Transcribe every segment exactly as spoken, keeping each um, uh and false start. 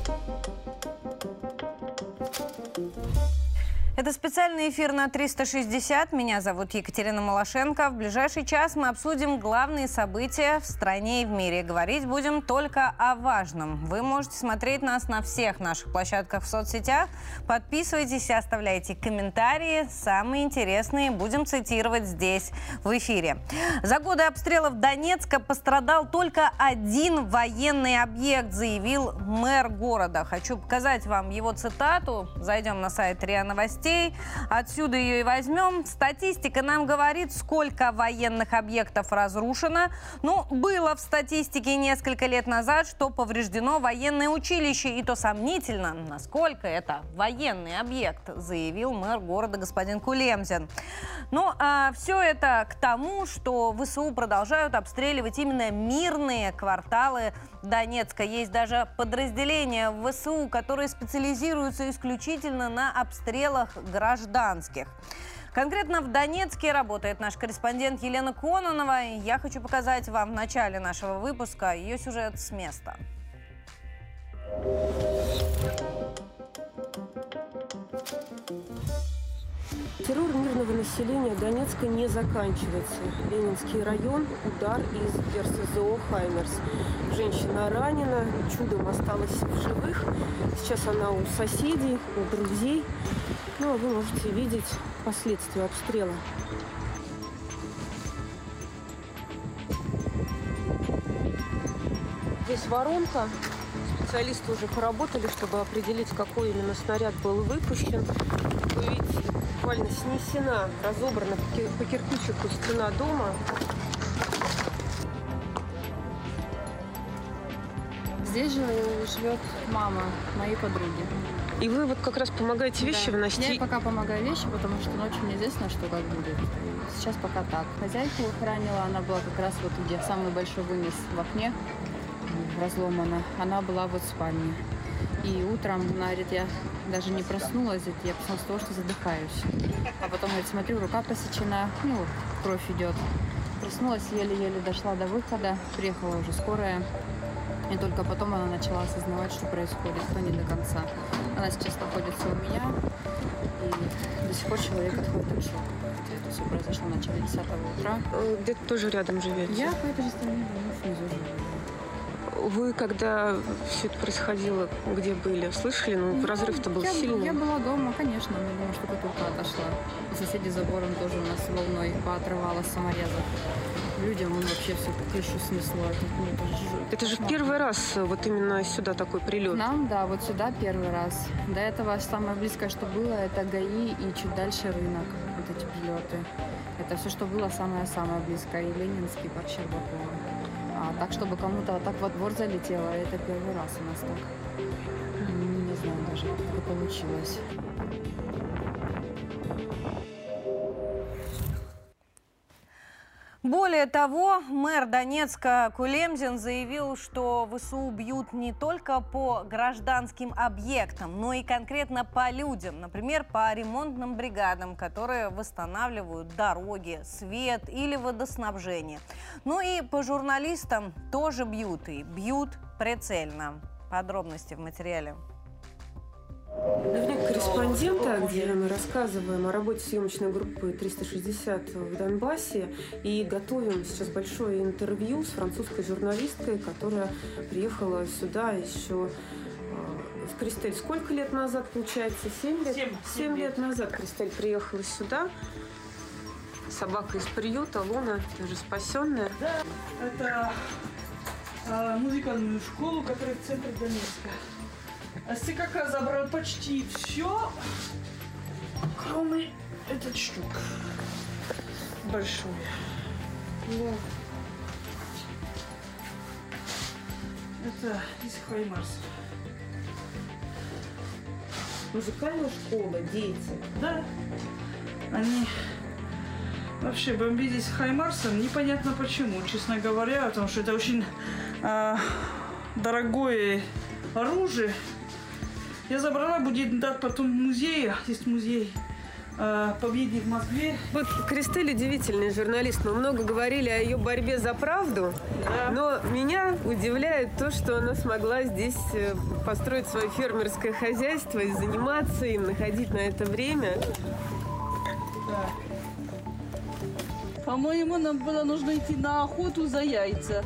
Это специальный эфир на триста шестьдесят. Меня зовут Екатерина Малашенко. В ближайший час мы обсудим главные события в стране и в мире. Говорить будем только о важном. Вы можете смотреть нас на всех наших площадках в соцсетях. Подписывайтесь и оставляйте комментарии. Самые интересные будем цитировать здесь, в эфире. За годы обстрелов Донецка пострадал только один военный объект, заявил мэр города. Хочу показать вам его цитату. Зайдем на сайт РИА Новостей. Отсюда ее и возьмем. Статистика нам говорит, сколько военных объектов разрушено. Ну, было в статистике несколько лет назад, что повреждено военное училище. И то сомнительно, насколько это военный объект, заявил мэр города господин Кулемзин. Ну, а все это к тому, что ВСУ продолжают обстреливать именно мирные кварталы Донецка. Есть даже подразделения ВСУ, которые специализируются исключительно на обстрелах гражданских. Конкретно в Донецке работает наш корреспондент Елена Кононова. Я хочу показать вам в начале нашего выпуска ее сюжет с места. Террор мирного населения Донецка не заканчивается. Ленинский район, удар из эр эс зэ о «Хаймерс». Женщина ранена, чудом осталась в живых. Сейчас она у соседей, у друзей. Ну, а вы можете видеть последствия обстрела. Здесь воронка. Специалисты уже поработали, чтобы определить, какой именно снаряд был выпущен. Вы видите, буквально снесена, разобрана по кирпичику стена дома. Здесь же живет мама моей подруги. И вы вот как раз помогаете вещи да. выносить? Я пока помогаю вещи, потому что ночью неизвестно, что как будет. Сейчас пока так. Хозяйку ранила, она была как раз вот где самый большой вынос в окне, разломана. Она была вот в спальне. И утром, она говорит, я даже не проснулась, я проснулась с того, что задыхаюсь. А потом, говорит, смотрю, рука посечена, ну, кровь идет. Проснулась, еле-еле дошла до выхода, приехала уже скорая. И только потом она начала осознавать, что происходит, то не до конца. Она сейчас находится у меня, и до сих пор человек отходит от шока. Это все произошло в начале десятого утра. Где-то тоже рядом живете? Я по этой же стороне, внизу живу. Вы, когда все это происходило, где были, слышали? Ну, ну разрыв-то был я, сильный. Я была дома, конечно, но думаю, что только отошла. Соседи забором тоже у нас волной поотрывало саморезов. Людям он вообще все крышу снесло. Это, ну, это, это же в первый раз вот именно сюда такой прилет? Нам, да, вот сюда первый раз. До этого самое близкое, что было, это ГАИ и чуть дальше рынок. Вот эти прилеты. Это все, что было самое-самое близкое. И Ленинский, парк Щербакова. А так, чтобы кому-то вот так во двор залетело, это первый раз у нас так. Не знаю даже, как это получилось. Более того, мэр Донецка Кулемзин заявил, что ВСУ бьют не только по гражданским объектам, но и конкретно по людям. Например, по ремонтным бригадам, которые восстанавливают дороги, свет или водоснабжение. Ну и по журналистам тоже бьют, и бьют прицельно. Подробности в материале. Дневник корреспондента, где мы рассказываем о работе съемочной группы триста шестьдесят в Донбассе и готовим сейчас большое интервью с французской журналисткой, которая приехала сюда еще в Кристель. Сколько лет назад, получается? Семь лет? Семь, Семь лет назад Кристель приехала сюда. Собака из приюта, Луна, даже спасенная. Да, это а, музыкальную школу, которая в центре Донецка. СЦКК забрал почти все, кроме этот штук большой. Да. Это из Хаймарса. Музыкальная школа, дети. Да. Они вообще бомбились Хаймарсом, непонятно почему, честно говоря, потому что это очень э, дорогое оружие. Я забрала, будет дать потом в музее, есть музей э, победник в Москве. Вот Кристель удивительный журналист. Мы много говорили о ее борьбе за правду, да. Но меня удивляет то, что она смогла здесь построить свое фермерское хозяйство и заниматься им, находить на это время. Да. По-моему, нам было нужно идти на охоту за яйца.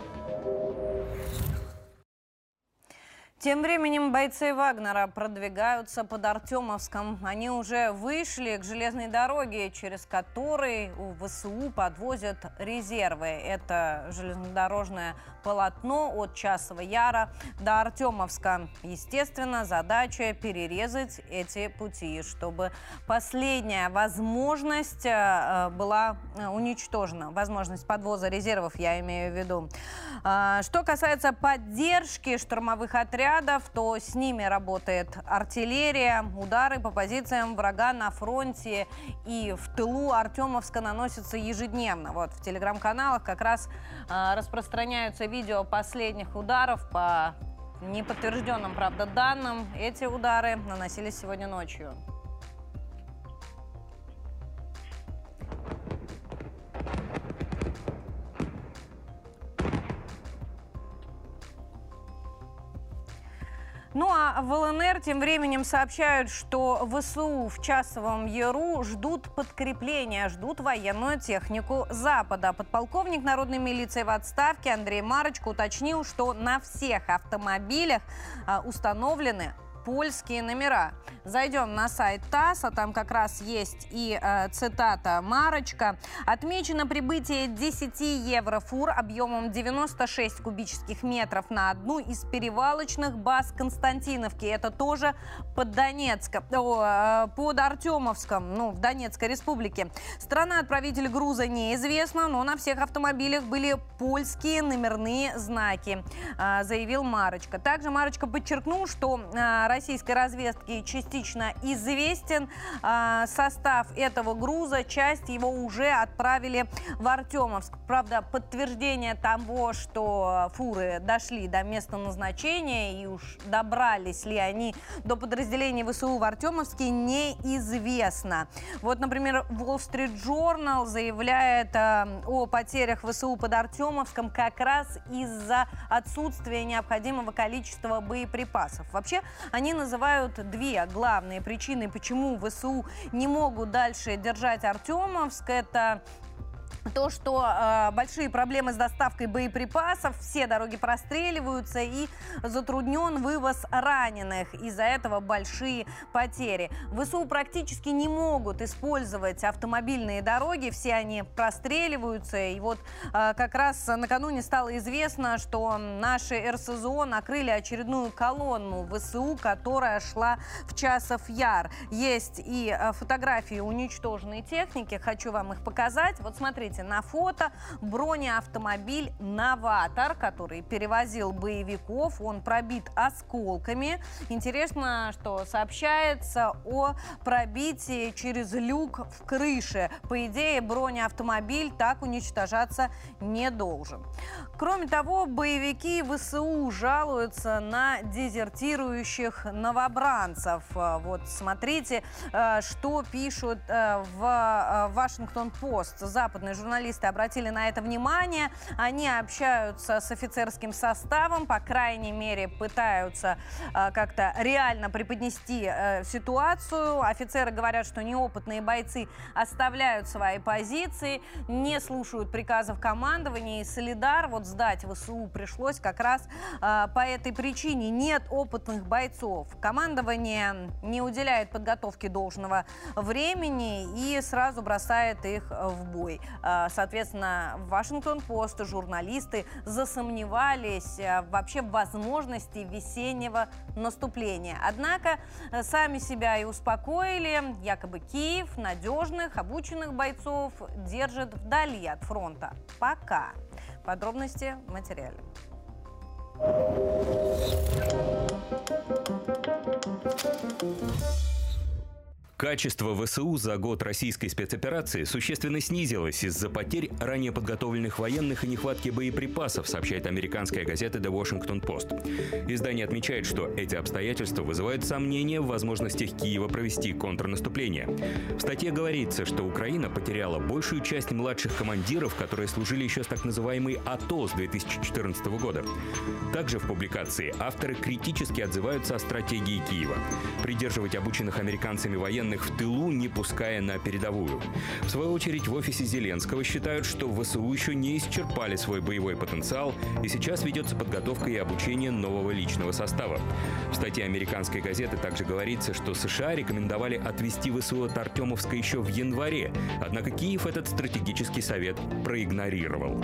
Тем временем бойцы Вагнера продвигаются под Артемовском. Они уже вышли к железной дороге, через которой у ВСУ подвозят резервы. Это железнодорожное полотно от Часова Яра до Артемовска. Естественно, задача перерезать эти пути, чтобы последняя возможность была уничтожена. Возможность подвоза резервов, я имею в виду. Что касается поддержки штурмовых отрядов, то с ними работает артиллерия. Удары по позициям врага на фронте и в тылу Артемовска наносятся ежедневно. Вот в телеграм-каналах как раз э, распространяются видео последних ударов по неподтвержденным, правда, данным. Эти удары наносились сегодня ночью. Ну а в ЛНР тем временем сообщают, что ВСУ в Часовом Яру ждут подкрепления, ждут военную технику Запада. Подполковник народной милиции в отставке Андрей Марочко уточнил, что на всех автомобилях а, установлены польские номера. Зайдем на сайт ТАСС, а там как раз есть и э, цитата Марочка. Отмечено прибытие десяти еврофур объемом девяносто шесть кубических метров на одну из перевалочных баз Константиновки. Это тоже под Донецком, о, под Артемовском, ну, в Донецкой республике. Страна-отправитель груза неизвестна, но на всех автомобилях были польские номерные знаки, э, заявил Марочка. Также Марочка подчеркнул, что э, российской разведке частично известен э, состав этого груза. Часть его уже отправили в Артемовск. Правда, подтверждение того, что фуры дошли до места назначения и уж добрались ли они до подразделений ВСУ в Артемовске, неизвестно. Вот, например, Wall Street Journal заявляет э, о потерях ВСУ под Артемовском как раз из-за отсутствия необходимого количества боеприпасов. Вообще, они называют две главные причины, почему ВСУ не могут дальше держать Артемовск. Это то, что э, большие проблемы с доставкой боеприпасов, все дороги простреливаются и затруднен вывоз раненых. Из-за этого большие потери. ВСУ практически не могут использовать автомобильные дороги, все они простреливаются. И вот э, как раз накануне стало известно, что наши эр эс зэ о накрыли очередную колонну ВСУ, которая шла в Часов Яр. Есть и э, фотографии уничтоженной техники, хочу вам их показать. Вот смотрите. На фото бронеавтомобиль «Новатор», который перевозил боевиков. Он пробит осколками. Интересно, что сообщается о пробитии через люк в крыше. По идее, бронеавтомобиль так уничтожаться не должен. Кроме того, боевики ВСУ жалуются на дезертирующих новобранцев. Вот смотрите, что пишут в «Вашингтон-Пост». Западные журналисты Журналисты обратили на это внимание. Они общаются с офицерским составом, по крайней мере, пытаются э, как-то реально преподнести э, ситуацию. Офицеры говорят, что неопытные бойцы оставляют свои позиции, не слушают приказов командования. И Солидар вот сдать ВСУ пришлось как раз э, по этой причине. Нет опытных бойцов. Командование не уделяет подготовке должного времени и сразу бросает их в бой. Соответственно, в Вашингтон-Пост журналисты засомневались вообще в возможности весеннего наступления. Однако сами себя и успокоили. Якобы Киев надежных, обученных бойцов держит вдали от фронта. Пока. Подробности в материале. Качество ВСУ за год российской спецоперации существенно снизилось из-за потерь ранее подготовленных военных и нехватки боеприпасов, сообщает американская газета The Washington Post. Издание отмечает, что эти обстоятельства вызывают сомнения в возможностях Киева провести контрнаступление. В статье говорится, что Украина потеряла большую часть младших командиров, которые служили еще с так называемой АТО с две тысячи четырнадцатого года. Также в публикации авторы критически отзываются о стратегии Киева – придерживать обученных американцами военных в тылу, не пуская на передовую. В свою очередь, в офисе Зеленского считают, что ВСУ еще не исчерпали свой боевой потенциал, и сейчас ведется подготовка и обучение нового личного состава. В статье американской газеты также говорится, что США рекомендовали отвести ВСУ от Артемовска еще в январе, однако Киев этот стратегический совет проигнорировал.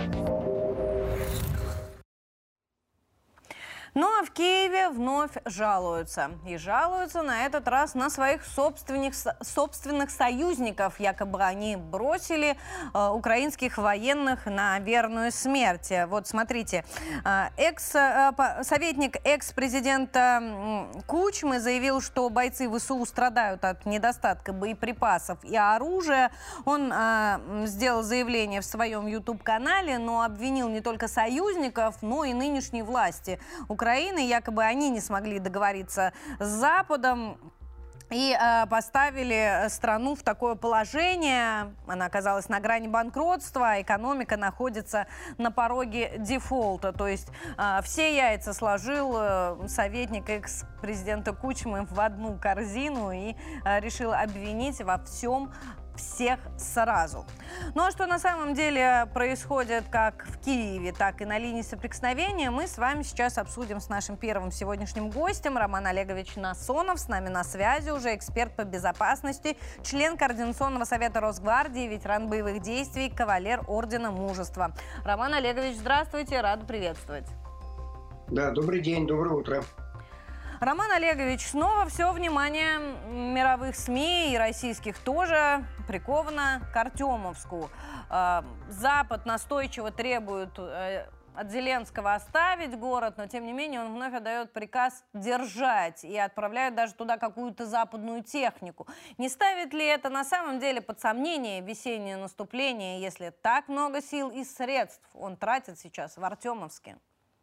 Ну а в Киеве вновь жалуются. И жалуются на этот раз на своих собственных, собственных союзников. Якобы они бросили э, украинских военных на верную смерть. Вот смотрите, э, экс, э, советник экс-президента э, Кучмы заявил, что бойцы ВСУ страдают от недостатка боеприпасов и оружия. Он э, сделал заявление в своем YouTube-канале, но обвинил не только союзников, но и нынешние власти Украины. Якобы они не смогли договориться с Западом и э, поставили страну в такое положение. Она оказалась на грани банкротства, экономика находится на пороге дефолта. То есть э, все яйца сложил э, советник экс-президента Кучмы в одну корзину и э, решил обвинить во всем всех сразу. Ну а что на самом деле происходит как в Киеве, так и на линии соприкосновения, мы с вами сейчас обсудим с нашим первым сегодняшним гостем. Роман Олегович Насонов с нами на связи уже, эксперт по безопасности, член Координационного совета Росгвардии, ветеран боевых действий, кавалер Ордена Мужества. Роман Олегович, здравствуйте, рада приветствовать. Да, добрый день, доброе утро. Роман Олегович, снова все внимание мировых СМИ и российских тоже приковано к Артемовску. Запад настойчиво требует от Зеленского оставить город, но тем не менее он вновь отдает приказ держать и отправляет даже туда какую-то западную технику. Не ставит ли это на самом деле под сомнение весеннее наступление, если так много сил и средств он тратит сейчас в Артемовске?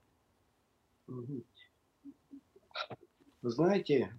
Вы знаете,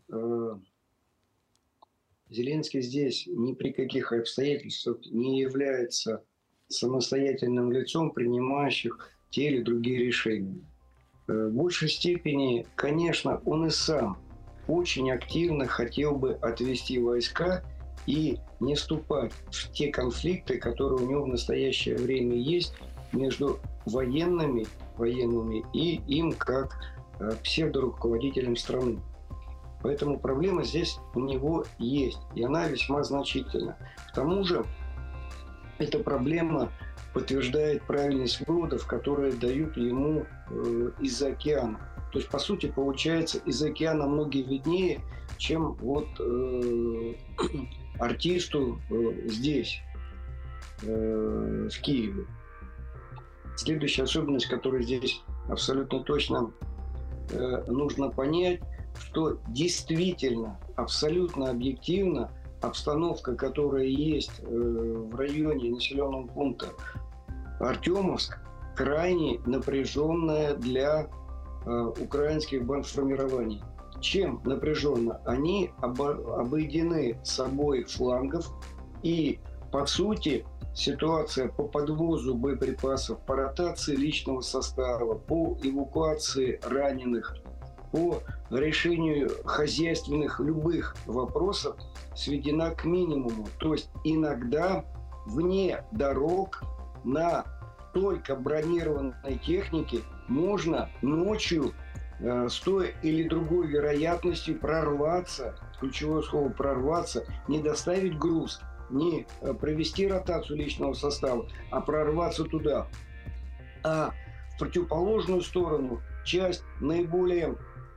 Зеленский здесь ни при каких обстоятельствах не является самостоятельным лицом, принимающих те или другие решения. В большей степени, конечно, он и сам очень активно хотел бы отвести войска и не вступать в те конфликты, которые у него в настоящее время есть между военными, военными и им как псевдоруководителем страны. Поэтому проблема здесь у него есть, и она весьма значительна. К тому же, эта проблема подтверждает правильность выводов, которые дают ему э, из-за океана. То есть, по сути, получается, из океана многие виднее, чем вот э, артисту э, здесь, э, в Киеве. Следующая особенность, которая здесь абсолютно точно э, нужно понять, что действительно, абсолютно объективно обстановка, которая есть э, в районе населенного пункта Артемовск, крайне напряженная для э, украинских бандформирований. Чем напряженно? Они обо- обойдены с обоих флангов, и, по сути, ситуация по подвозу боеприпасов, по ротации личного состава, по эвакуации раненых, по решению хозяйственных любых вопросов сведена к минимуму. То есть иногда вне дорог на только бронированной технике можно ночью э, с той или другой вероятностью прорваться, ключевое слово прорваться, не доставить груз, не э, провести ротацию личного состава, а прорваться туда. А в противоположную сторону часть наиболее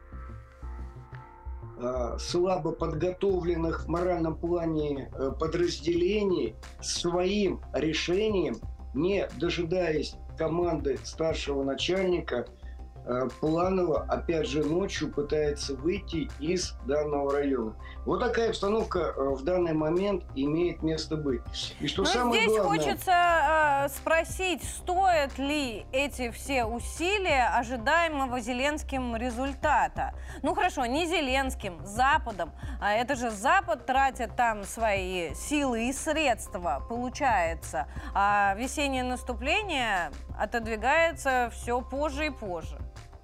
слабо подготовленных в моральном плане подразделений своим решением, не дожидаясь команды старшего начальника, планово, опять же, ночью пытается выйти из данного района. Вот такая обстановка в данный момент имеет место быть. И что Но самое здесь главное... хочется э, спросить, стоят ли эти все усилия ожидаемого Зеленским результата? Ну хорошо, не Зеленским, Западом. А это же Запад тратит там свои силы и средства, получается. А весеннее наступление отодвигается все позже и позже.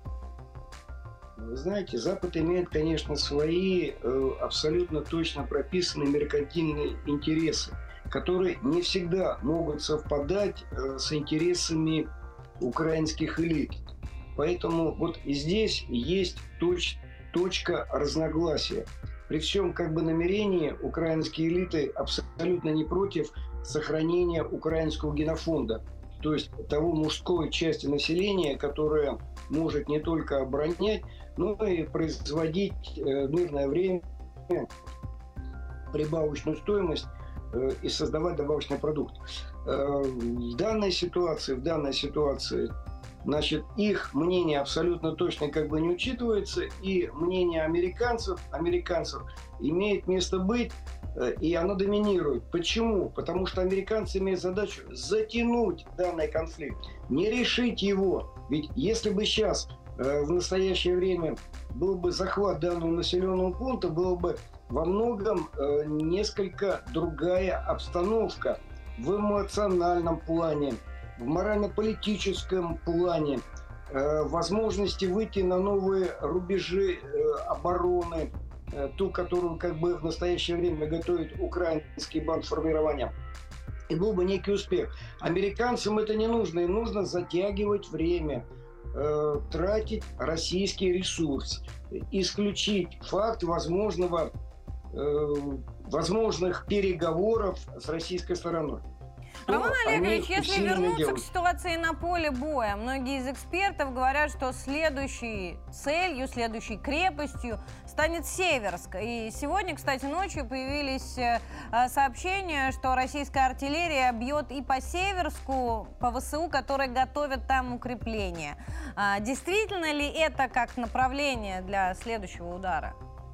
Вы знаете, Запад имеет, конечно, свои э, абсолютно точно прописанные меркантильные интересы, которые не всегда могут совпадать э, с интересами украинских элит. Поэтому вот и здесь есть точ, точка разногласия. При всем как бы намерении украинские элиты абсолютно не против сохранения украинского генофонда, то есть того мужской части населения, которая может не только оборонять, но и производить э, в мирное время прибавочную стоимость э, и создавать добавочный продукт. Э, в данной ситуации, в данной ситуации, значит, их мнение абсолютно точно как бы не учитывается, и мнение американцев, американцев имеет место быть, э, и оно доминирует. Почему? Потому что американцы имеют задачу затянуть данный конфликт, не решить его. Ведь если бы сейчас в настоящее время был бы захват данного населенного пункта, было бы во многом э, несколько другая обстановка в эмоциональном плане, в морально-политическом плане, э, возможности выйти на новые рубежи э, обороны, э, ту, которую как бы в настоящее время готовит украинский банк формирования. И был бы некий успех. Американцам это не нужно, им нужно затягивать время, тратить российский ресурс, исключить факт возможного, э, возможных переговоров с российской стороной. Роман Олегович, если вернуться к ситуации на поле боя, многие из экспертов говорят, что следующей целью, следующей крепостью станет Северск. И сегодня, кстати, ночью появились сообщения, что российская артиллерия бьет и по Северску, по ВСУ, которые готовят там укрепления. Действительно ли это как направление для следующего удара?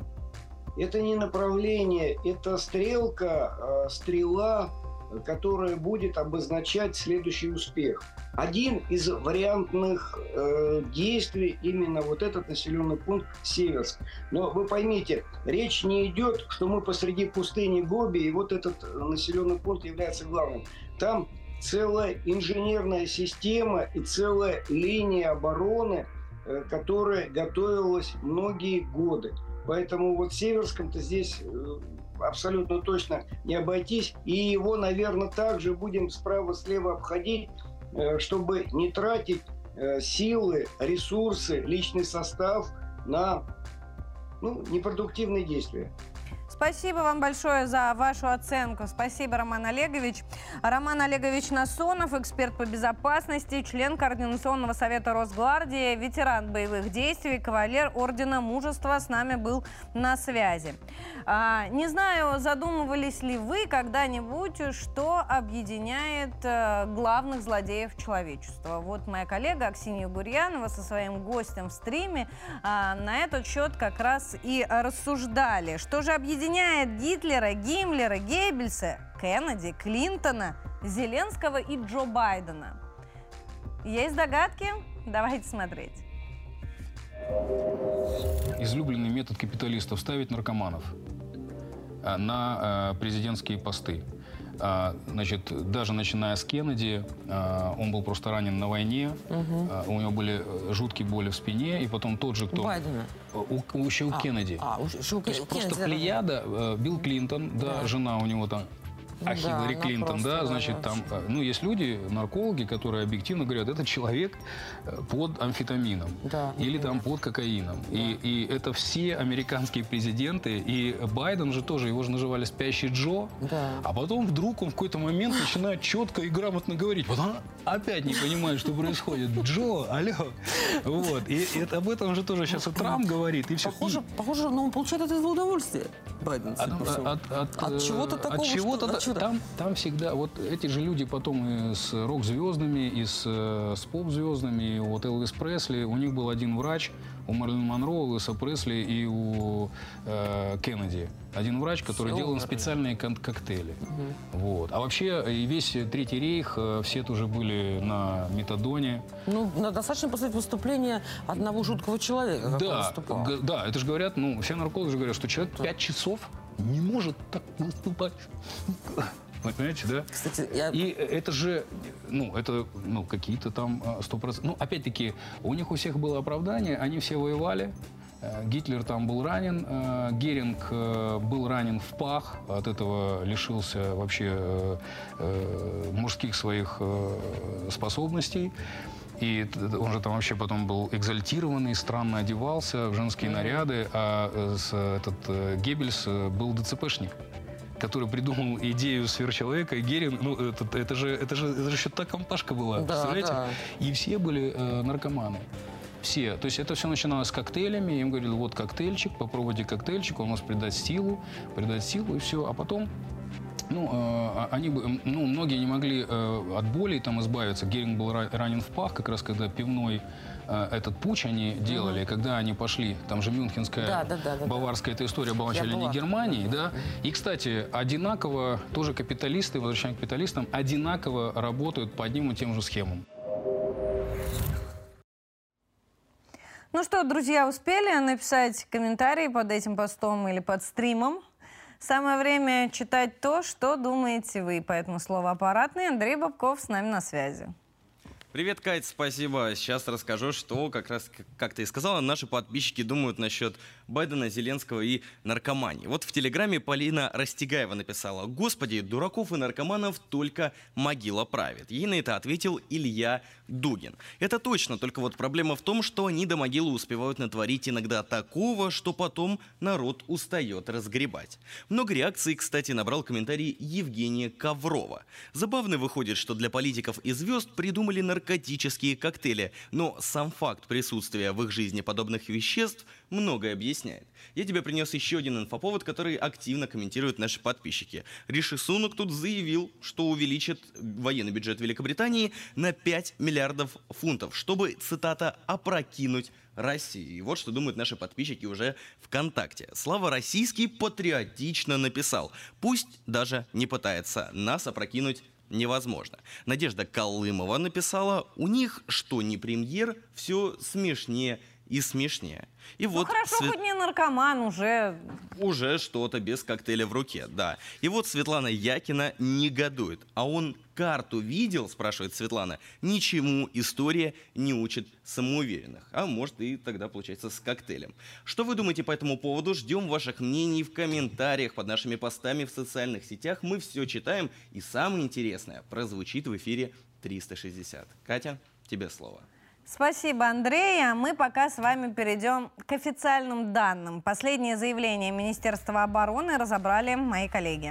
Это не направление, это стрелка, стрела, которая будет обозначать следующий успех. Один из вариантных э, действий именно вот этот населенный пункт Северск. Но вы поймите, речь не идет, что мы посреди пустыни Гоби, и вот этот населенный пункт является главным. Там целая инженерная система и целая линия обороны, э, которая готовилась многие годы. Поэтому вот Северском-то здесь э, абсолютно точно не обойтись. И его, наверное, также будем справа-слева обходить, чтобы не тратить силы, ресурсы, личный состав на ну, непродуктивные действия. Спасибо вам большое за вашу оценку. Спасибо, Роман Олегович. Роман Олегович Насонов, эксперт по безопасности, член Координационного совета Росгвардии, ветеран боевых действий, кавалер Ордена Мужества, с нами был на связи. А, не знаю, задумывались ли вы когда-нибудь, что объединяет а, главных злодеев человечества. Вот моя коллега Аксинья Гурьянова со своим гостем в стриме а, на этот счет как раз и рассуждали. Что же объединяет Гитлера, Гиммлера, Геббельса, Кеннеди, Клинтона, Зеленского и Джо Байдена? Есть догадки? Давайте смотреть. Излюбленный метод капиталистов – ставить наркоманов на президентские посты. Значит, даже начиная с Кеннеди, он был просто ранен на войне, угу. У него были жуткие боли в спине, и потом тот же, кто... Байдена. У, у, еще у а, Кеннеди. А, у, у, То есть Кеннеди, просто да, плеяда, да. Билл Клинтон, да, да, жена у него там, а да, Хиллари Клинтон, да, значит, там, ну, есть люди, наркологи, которые объективно говорят, это человек под амфетамином, да, или там под кокаином. Да. И, и это все американские президенты, и Байден же тоже, его же называли спящий Джо, да. А потом вдруг он в какой-то момент начинает четко и грамотно говорить, вот он опять не понимает, что происходит. Джо, алло. Вот, и это, об этом же тоже сейчас и Трамп говорит, и все. Похоже, похоже, но он получает от этого удовольствие, Байден. От, от, от, от чего-то такого, от чего-то, что, чудо. Там, там всегда, вот эти же люди потом и с рок-звездами, и с, с поп-звездами, и вот Элвис Пресли, у них был один врач, у Мэрилин Монро, у Элвиса Пресли и у э, Кеннеди. Один врач, который все делал им специальные кон- коктейли. Угу. Вот. А вообще и весь Третий рейх, все тоже были на метадоне. Ну, достаточно после выступления одного жуткого человека, да, г- да, это же говорят, ну, все наркологи же говорят, что человек да. пять часов не может так выступать. Вы понимаете, да? Кстати, я... И это же, ну, это, ну, какие-то там сто процентов... Ну, опять-таки, у них у всех было оправдание, они все воевали. Гитлер там был ранен, Геринг был ранен в пах, от этого лишился вообще мужских своих способностей. И он же там вообще потом был экзальтированный, странно одевался в женские наряды, а этот Геббельс был ДЦПшник, который придумал идею сверхчеловека, и Геринг, ну, это, это же, это же, это же еще та компашка была, да, представляете? Да. И все были э, наркоманы. Все. То есть это все начиналось с коктейлями. Я им говорили, вот коктейльчик, попробуйте коктейльчик, он у нас придаст силу, придаст силу, и все. А потом, ну, э, они, ну, многие не могли э, от боли там избавиться. Геринг был ранен в пах, как раз когда пивной э, этот путч они делали, угу. когда они пошли, там же мюнхенская, да, да, да, да, баварская, эта история была вначале не Германии, да. И, кстати, одинаково, тоже капиталисты, возвращаемся к капиталистам, одинаково работают по одним и тем же схемам. Ну что, друзья, успели написать комментарии под этим постом или под стримом? Самое время читать то, что думаете вы. Поэтому слово аппаратный. Андрей Бабков с нами на связи. Привет, Кать, спасибо. Сейчас расскажу, что как раз, как ты и сказала, наши подписчики думают насчет Байдена, Зеленского и наркомании. Вот в Телеграме Полина Растегаева написала: «Господи, дураков и наркоманов только могила правит». Ей на это ответил Илья Дугин. Это точно, только вот проблема в том, что они до могилы успевают натворить иногда такого, что потом народ устает разгребать. Много реакций, кстати, набрал комментарий Евгения Коврова. Забавно выходит, что для политиков и звезд придумали наркоманию наркотические коктейли, но сам факт присутствия в их жизни подобных веществ многое объясняет. Я тебе принес еще один инфоповод, который активно комментируют наши подписчики. Риши Сунак тут заявил, что увеличит военный бюджет Великобритании на пять миллиардов фунтов, чтобы, цитата, «опрокинуть Россию». И вот что думают наши подписчики уже ВКонтакте. Слава Российский патриотично написал: «Пусть даже не пытается нас опрокинуть невозможно». Надежда Колымова написала: «У них, что не премьер, все смешнее и смешнее». И ну вот хорошо, Свет... хоть не наркоман, уже... Уже что-то без коктейля в руке, да. И вот Светлана Якина негодует. «А он карту видел?» – спрашивает Светлана. «Ничему история не учит самоуверенных». А может и тогда получается с коктейлем. Что вы думаете по этому поводу? Ждем ваших мнений в комментариях под нашими постами в социальных сетях. Мы все читаем. И самое интересное прозвучит в эфире триста шестьдесят. Катя, тебе слово. Спасибо, Андрей. А мы пока с вами перейдем к официальным данным. Последнее заявление Министерства обороны разобрали мои коллеги.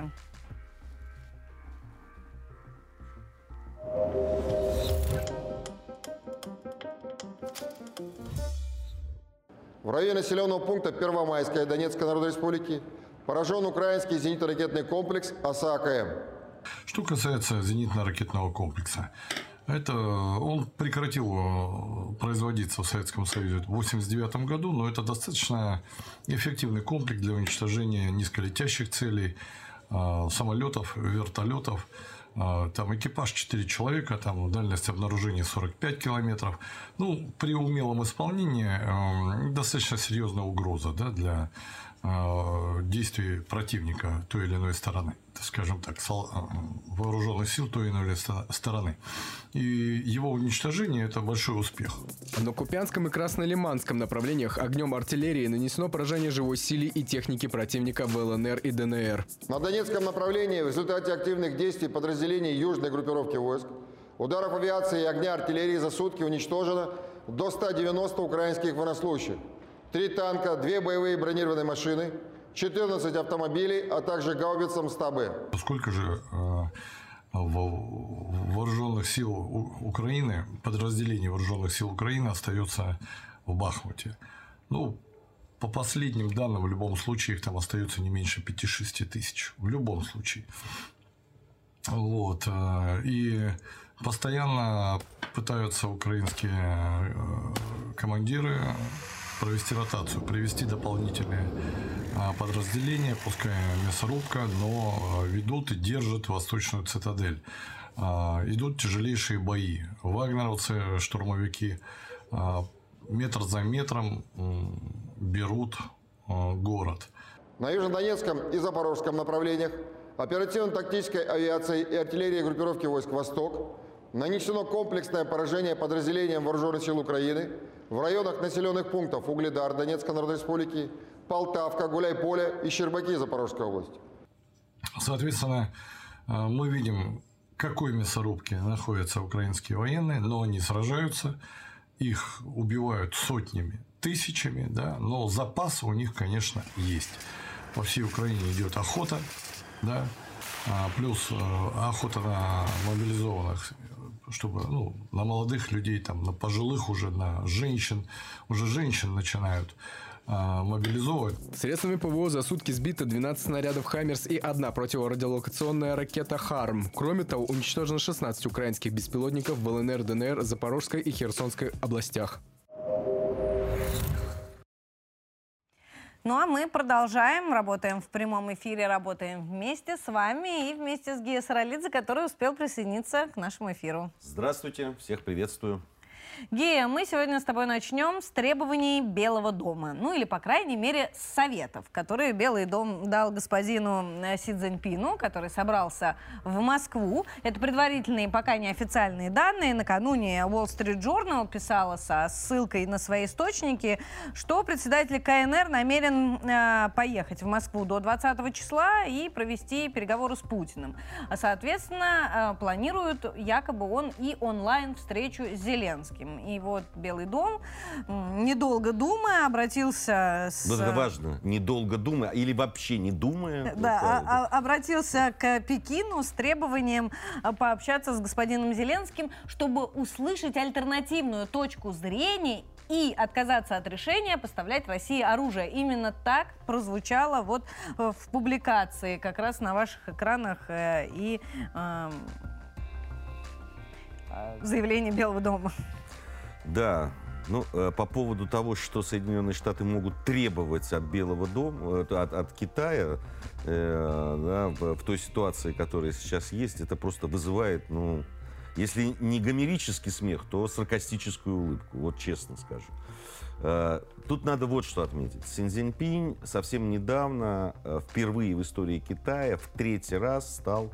В районе населенного пункта Первомайская Донецкой Народной Республики поражен украинский зенитно-ракетный комплекс ОСА-АКМ. Что касается зенитно-ракетного комплекса, это он прекратил производиться в Советском Союзе в восемьдесят девятом году, но это достаточно эффективный комплекс для уничтожения низколетящих целей, самолетов, вертолетов. Там экипаж четыре человека, там дальность обнаружения сорок пять километров. Ну, при умелом исполнении э, достаточно серьезная угроза, да, для э, действий противника той или иной стороны, скажем так, сол, э, вооруженных сил той или иной стороны. И его уничтожение – это большой успех. На Купянском и Краснолиманском направлениях огнем артиллерии нанесено поражение живой силе и техники противника в ЛНР и ДНР. На Донецком направлении в результате активных действий подразделений южной группировки войск, ударов авиации и огня артиллерии за сутки уничтожено до ста девяноста украинских военнослужащих, три танка, две боевые бронированные машины, четырнадцать автомобилей, а также гаубица МСТА-Б. Сколько же э, вооруженных сил Украины, подразделений вооруженных сил Украины остается в Бахмуте? Ну, по последним данным, в любом случае их там остается не меньше пяти-шести тысяч. В любом случае. Вот. И постоянно пытаются украинские командиры провести ротацию, привести дополнительные подразделения, пускай мясорубка, но ведут и держат Восточную цитадель. Идут тяжелейшие бои. Вагнеровцы, штурмовики, метр за метром берут город. На Южнодонецком и Запорожском направлениях оперативно-тактической авиацией и артиллерией группировки войск «Восток» нанесено комплексное поражение подразделениям Вооруженных сил Украины в районах населенных пунктов Угледар Донецкой Народной Республики, Полтавка, Гуляйполе и Щербаки Запорожской области. Соответственно, мы видим, в какой мясорубке находятся украинские военные, но они сражаются, их убивают сотнями, тысячами, да, но запасы у них, конечно, есть. По всей Украине идет охота, да, плюс охота на мобилизованных, чтобы, ну, на молодых людей, там, на пожилых уже, на женщин, уже женщин начинают а, мобилизовывать. Средствами ПВО за сутки сбито двенадцать снарядов «Хаймерс» и одна противорадиолокационная ракета «Харм». Кроме того, уничтожено шестнадцать украинских беспилотников в ЛНР, ДНР, Запорожской и Херсонской областях. Ну а мы продолжаем, работаем в прямом эфире, работаем вместе с вами и вместе с Гия Саралидзе, который успел присоединиться к нашему эфиру. Здравствуйте, всех приветствую. Гия, мы сегодня с тобой начнем с требований Белого дома. Ну или, по крайней мере, с советов, которые Белый дом дал господину Си Цзиньпину, который собрался в Москву. Это предварительные, пока не официальные данные. Накануне Wall Street Journal писала со ссылкой на свои источники, что председатель КНР намерен э, поехать в Москву до двадцатого числа и провести переговоры с Путиным. А, соответственно, э, планирует якобы он и онлайн-встречу с Зеленским. И вот Белый дом, недолго думая, обратился с... Вот это важно, недолго думая или вообще не думая. Да, вот, а, обратился к Пекину с требованием пообщаться с господином Зеленским, чтобы услышать альтернативную точку зрения и отказаться от решения поставлять России оружие. Именно так прозвучало вот в публикации, как раз на ваших экранах и э, заявление Белого дома. Да, ну, по поводу того, что Соединенные Штаты могут требовать от Белого дома, от, от Китая, э, да, в, в той ситуации, которая сейчас есть, это просто вызывает, ну, если не гомерический смех, то саркастическую улыбку, вот честно скажу. Э, тут надо вот что отметить. Си Цзиньпинь совсем недавно, э, впервые в истории Китая, в третий раз стал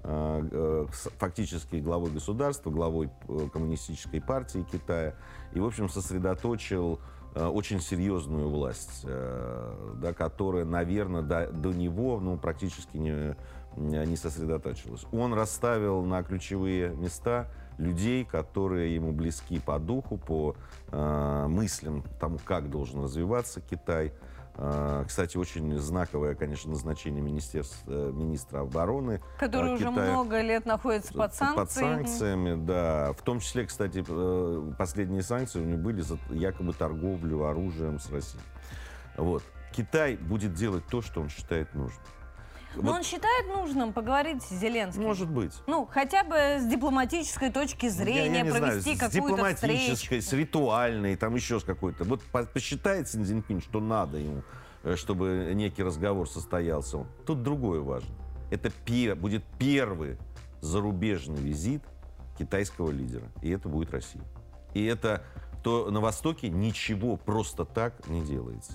фактически главой государства, главой коммунистической партии Китая, и, в общем, сосредоточил очень серьезную власть, да, которая, наверное, до, до него ну, практически не, не сосредоточилась. Он расставил на ключевые места людей, которые ему близки по духу, по э, мыслям тому, как должен развиваться Китай. Кстати, очень знаковое, конечно, назначение министерства, министра обороны. Который Китая, уже много лет находится под санкциями. Под санкциями, да. В том числе, кстати, последние санкции у него были за якобы торговлю оружием с Россией. Вот. Китай будет делать то, что он считает нужным. Но вот. Он считает нужным поговорить с Зеленским? Может быть. Ну, хотя бы с дипломатической точки зрения, я, я провести какую-то встречу. С дипломатической, с ритуальной, там еще с какой-то. Вот посчитает Си Цзиньпинь, что надо ему, чтобы некий разговор состоялся. Тут другое важно. Это пе- будет первый зарубежный визит китайского лидера. И это будет Россия. И это то на Востоке ничего просто так не делается.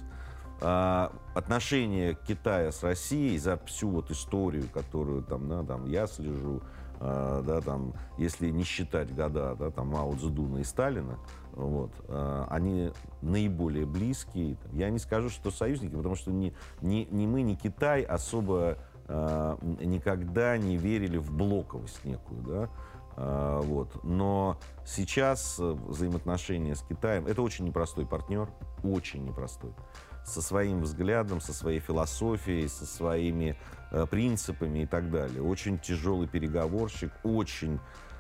Отношения Китая с Россией за всю вот историю, которую там, да, там я слежу, э, да, там, если не считать года, да, там, Мао Цзэдуна и Сталина, вот, э, они наиболее близкие. Я не скажу, что союзники, потому что ни, ни, ни мы, ни Китай особо э, никогда не верили в блоковость некую, да. Uh, вот. Но сейчас взаимоотношения с Китаем — это очень непростой партнер, очень непростой. Со своим взглядом, со своей философией, со своими uh, принципами и так далее. Очень тяжелый переговорщик, очень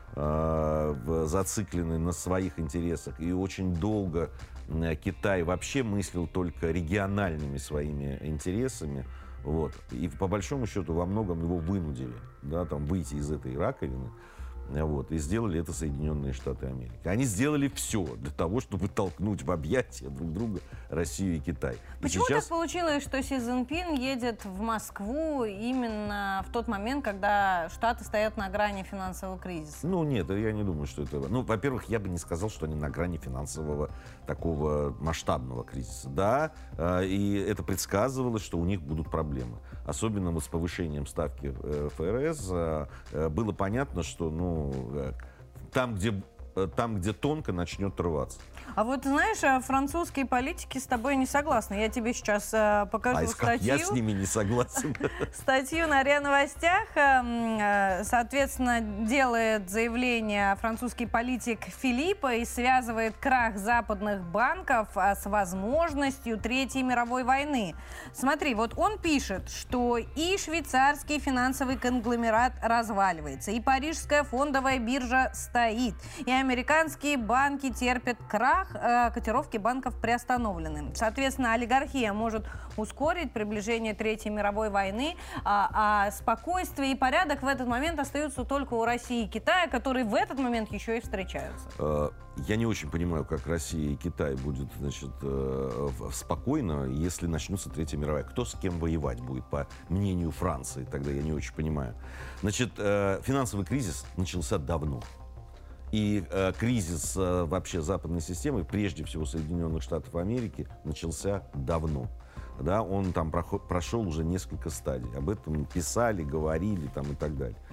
uh, зацикленный на своих интересах. И очень долго uh, Китай вообще мыслил только региональными своими интересами. Вот. И по большому счету во многом его вынудили, да, там, выйти из этой раковины. Вот, и сделали это Соединенные Штаты Америки. Они сделали все для того, чтобы толкнуть в объятия друг друга Россию и Китай. И Почему сейчас... так получилось, что Си Цзиньпин едет в Москву именно в тот момент, когда Штаты стоят на грани финансового кризиса? Ну, нет, я не думаю, что это... Ну, во-первых, я бы не сказал, что они на грани финансового такого масштабного кризиса. Да, и это предсказывалось, что у них будут проблемы. Особенно вот с повышением ставки эф эр эс было понятно, что, ну, там, где, там, где тонко, начнет рваться. А вот, знаешь, французские политики с тобой не согласны. Я тебе сейчас э, покажу а статью. Я с ними не согласен. Статью на РИА Новостях. Соответственно, делает заявление французский политик Филиппа и связывает крах западных банков с возможностью Третьей мировой войны. Смотри, вот он пишет, что и швейцарский финансовый конгломерат разваливается, и парижская фондовая биржа стоит, и американские банки терпят крах, котировки банков приостановлены. Соответственно, олигархия может ускорить приближение Третьей мировой войны, а, а спокойствие и порядок в этот момент остаются только у России и Китая, которые в этот момент еще и встречаются. Я не очень понимаю, как Россия и Китай будет, значит, спокойно, если начнется Третья мировая. Кто с кем воевать будет, по мнению Франции? Тогда я не очень понимаю. Значит, финансовый кризис начался давно. И э, кризис э, вообще западной системы, прежде всего Соединенных Штатов Америки, начался давно. Да, он там проход, прошел уже несколько стадий. Об этом писали, говорили там, и так далее.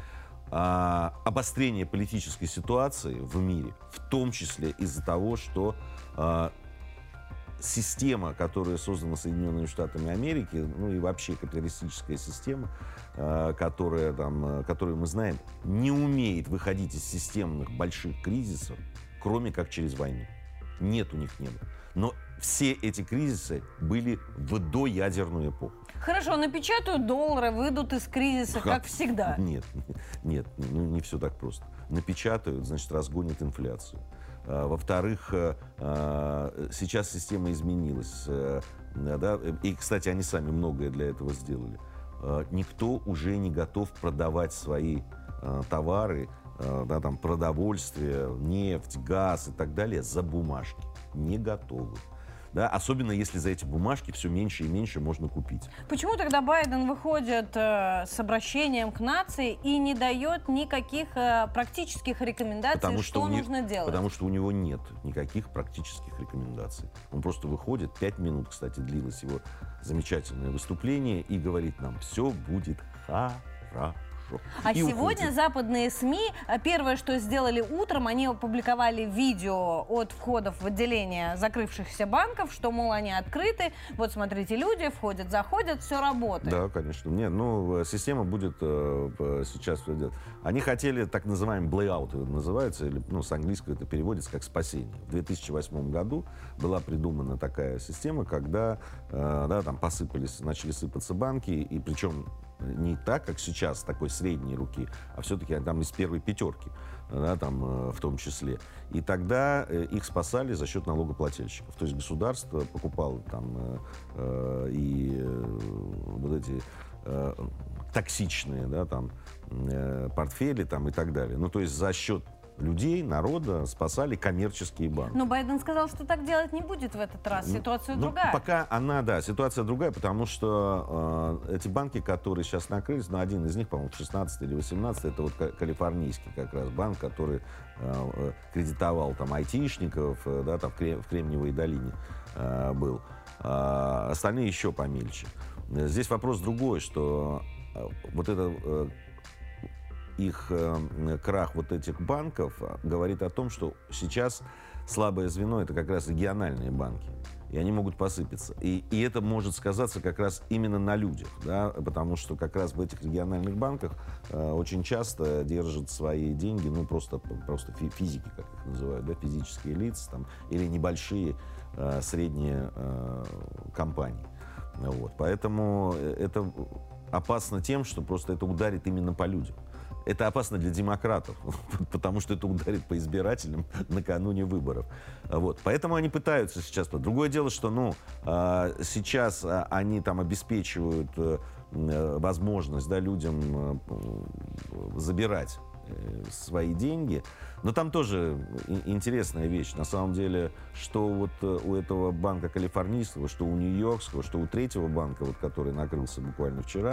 А, обострение политической ситуации в мире, в том числе из-за того, что а, система, которая создана Соединенными Штатами Америки, ну и вообще капиталистическая система, которая, там, которую мы знаем, не умеет выходить из системных больших кризисов, кроме как через войну. Нет, у них не было. Но все эти кризисы были в доядерную эпоху. Хорошо, напечатают доллары, выйдут из кризиса, как, как всегда. Нет, нет, ну, не все так просто. Напечатают, значит, разгонят инфляцию. Во-вторых, сейчас система изменилась. Да? И, кстати, они сами многое для этого сделали. Никто уже не готов продавать свои товары, да, там, продовольствие, нефть, газ и так далее за бумажки. Не готовы. Да, особенно если за эти бумажки все меньше и меньше можно купить. Почему тогда Байден выходит э, с обращением к нации и не дает никаких э, практических рекомендаций, потому что, что нужно не, делать? Потому что у него нет никаких практических рекомендаций. Он просто выходит, пять минут, кстати, длилось его замечательное выступление, и говорит нам: все будет хорошо. А и сегодня уходит. Западные СМИ, первое, что сделали утром, они опубликовали видео от входов в отделение закрывшихся банков, что, мол, они открыты. Вот, смотрите, люди входят, заходят, все работает. Да, конечно. Не, ну, система будет э, сейчас... Они хотели так называемый блэйаут, называется, или, ну, с английского это переводится как спасение. В две тысячи восьмом году была придумана такая система, когда э, да, там посыпались, начали сыпаться банки, и причем не так, как сейчас, такой средней руки, а все-таки там из первой пятерки, да, там, в том числе. И тогда их спасали за счет налогоплательщиков. То есть государство покупало там э, и э, вот эти э, токсичные, да, там, э, портфели там, и так далее. Ну, то есть за счет людей, народа спасали коммерческие банки. Но Байден сказал, что так делать не будет в этот раз. Ситуация ну, другая. Пока она, да, ситуация другая, потому что э, эти банки, которые сейчас накрылись, ну, один из них, по-моему, в шестнадцатый или восемнадцатый, это вот калифорнийский как раз банк, который э, кредитовал там айтишников, э, да, там в, Крем, в Кремниевой долине э, был. А остальные еще помельче. Здесь вопрос другой, что э, вот это... Э, их э, крах вот этих банков говорит о том, что сейчас слабое звено — это как раз региональные банки. И они могут посыпаться. И, и это может сказаться как раз именно на людях, да, потому что как раз в этих региональных банках э, очень часто держат свои деньги, ну, просто, просто физики, как их называют, да, физические лица там, или небольшие э, средние э, компании. Вот. Поэтому это опасно тем, что просто это ударит именно по людям. Это опасно для демократов, потому что это ударит по избирателям накануне выборов. Вот. Поэтому они пытаются сейчас. Другое дело, что ну, сейчас они там обеспечивают возможность, да, людям забирать свои деньги. Но там тоже интересная вещь. На самом деле, что вот у этого банка калифорнийского, что у нью-йоркского, что у третьего банка, вот, который накрылся буквально вчера,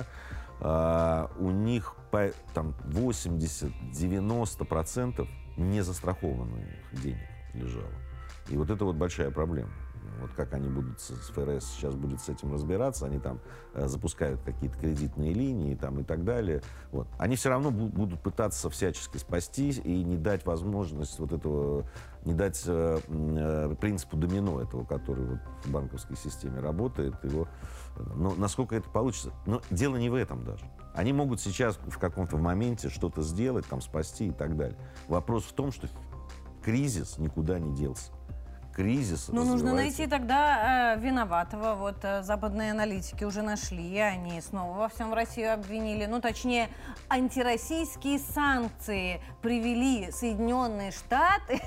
Uh, у них по, там восемьдесят-девяносто процентов незастрахованных денег лежало. И вот это вот большая проблема. Вот как они будут с ФРС сейчас будет с этим разбираться, они там э, запускают какие-то кредитные линии там, и так далее. Вот. Они все равно бу- будут пытаться всячески спасти и не дать возможность вот этого, не дать э, э, принципу домино этого, который вот в банковской системе работает, его. Но насколько это получится? Но дело не в этом даже. Они могут сейчас в каком-то моменте что-то сделать, там, спасти и так далее. Вопрос в том, что кризис никуда не делся. Кризис Ну, нужно найти тогда э, виноватого. Вот э, западные аналитики уже нашли, они снова во всем Россию обвинили. Ну, точнее, антироссийские санкции привели Соединенные Штаты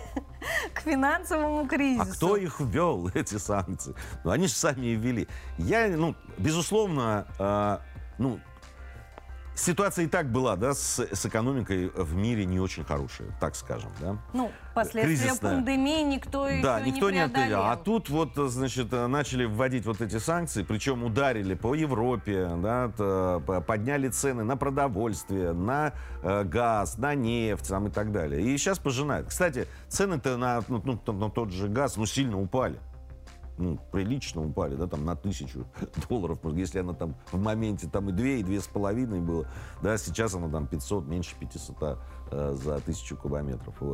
к финансовому кризису. А кто их ввел, эти санкции? Ну, они же сами и ввели. Я, ну, безусловно, э, ну, ситуация и так была, да, с, с экономикой в мире не очень хорошая, так скажем, да. Ну, последствия кризисная. Пандемии никто еще да, никто не не преодолел. А тут вот, значит, начали вводить вот эти санкции, причем ударили по Европе, да, подняли цены на продовольствие, на э, газ, на нефть там, и так далее. И сейчас пожинают. Кстати, цены-то на, ну, на, на тот же газ, ну, сильно упали. Ну, прилично упали, да, там на тысячу долларов, если она там в моменте там и две, и две с половиной было, да, сейчас она там пятьсот, меньше пятисот э, за тысячу кубометров, вот.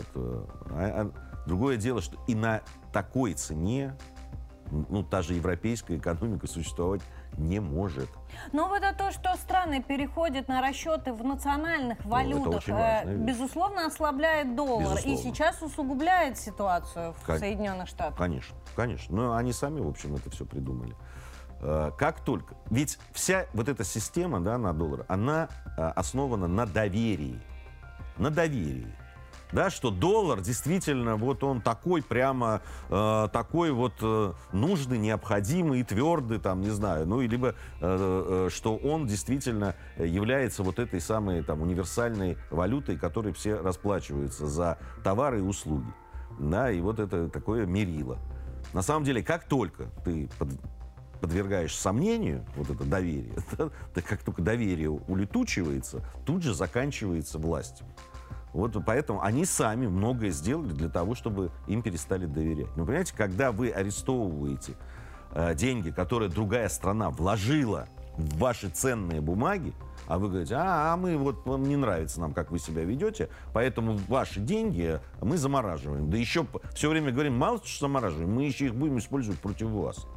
А, а, другое дело, что и на такой цене, ну, та же европейская экономика существовать не может. Но вот это то, что страны переходят на расчеты в национальных валютах, э, безусловно, ослабляет доллар. Безусловно. И сейчас усугубляет ситуацию в Кон... Соединенных Штатах. Конечно, конечно. Но они сами, в общем, это все придумали. Э, как только... Ведь вся вот эта система, да, на доллар, она э, основана на доверии. На доверии. Да, что доллар действительно вот он такой прямо э, такой вот э, нужный, необходимый и твердый, там, не знаю, ну, и либо э, э, что он действительно является вот этой самой там универсальной валютой, которой все расплачиваются за товары и услуги. Да, и вот это такое мерило. На самом деле, как только ты под, подвергаешь сомнению вот это доверие, да, да, как только доверие улетучивается, тут же заканчивается власть. Вот поэтому они сами многое сделали для того, чтобы им перестали доверять. Но понимаете, когда вы арестовываете э, деньги, которые другая страна вложила в ваши ценные бумаги, а вы говорите, а, а мы вот, не нравится нам, как вы себя ведете, поэтому ваши деньги мы замораживаем. Да еще все время говорим, мало что замораживаем, мы еще их будем использовать против вас.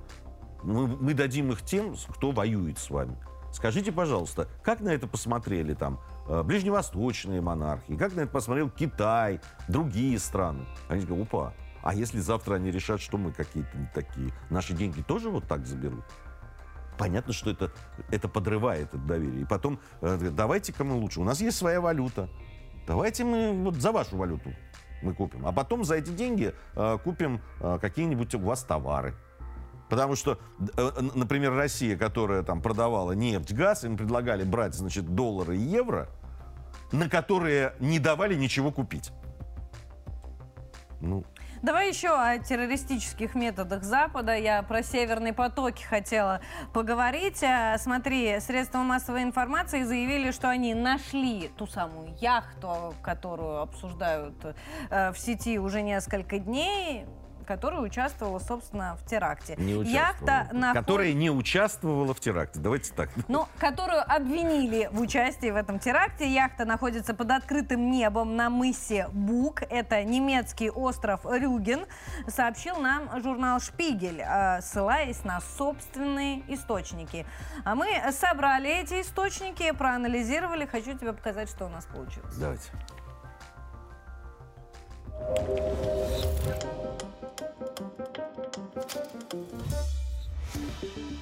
Мы, мы дадим их тем, кто воюет с вами. Скажите, пожалуйста, как на это посмотрели там ближневосточные монархии, как на это посмотрел Китай, другие страны? Они говорят, опа, а если завтра они решат, что мы какие-то не такие, наши деньги тоже вот так заберут? Понятно, что это, это подрывает это доверие. И потом, давайте-ка мы лучше, у нас есть своя валюта, давайте мы вот за вашу валюту мы купим, а потом за эти деньги э, купим э, какие-нибудь у вас товары. Потому что, например, Россия, которая там продавала нефть, газ, им предлагали брать, значит, доллары и евро, на которые не давали ничего купить. Ну... Давай еще о террористических методах Запада. Я про «Северные потоки» хотела поговорить. Смотри, средства массовой информации заявили, что они нашли ту самую яхту, которую обсуждают в сети уже несколько дней, которая участвовала, собственно, в теракте. Яхта на... Которая не участвовала в теракте. Давайте так. Ну, которую обвинили в участии в этом теракте. Яхта находится под открытым небом на мысе Буг. Это немецкий остров Рюген, сообщил нам журнал «Шпигель», ссылаясь на собственные источники. А мы собрали эти источники, проанализировали. Хочу тебе показать, что у нас получилось. Давайте.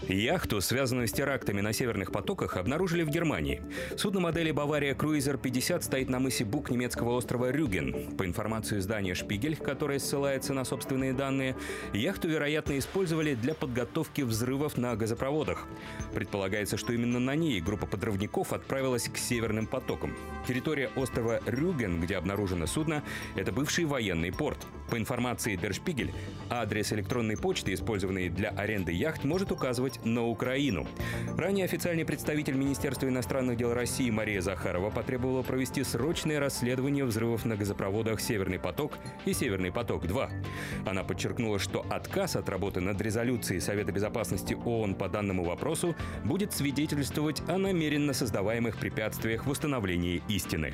Яхту, связанную с терактами на северных потоках, обнаружили в Германии. Судно модели «Бавария Круизер пятьдесят» стоит на мысе Буг немецкого острова Рюген. По информации издания «Шпигель», которое ссылается на собственные данные, яхту, вероятно, использовали для подготовки взрывов на газопроводах. Предполагается, что именно на ней группа подрывников отправилась к северным потокам. Территория острова Рюген, где обнаружено судно, это бывший военный порт. По информации Der Spiegel, адрес электронной почты, использованный для аренды яхт, может указывать на Украину. Ранее официальный представитель Министерства иностранных дел России Мария Захарова потребовала провести срочное расследование взрывов на газопроводах «Северный поток» и «Северный поток-два». Она подчеркнула, что отказ от работы над резолюцией Совета безопасности ООН по данному вопросу будет свидетельствовать о намеренно создаваемых препятствиях в установлении истины.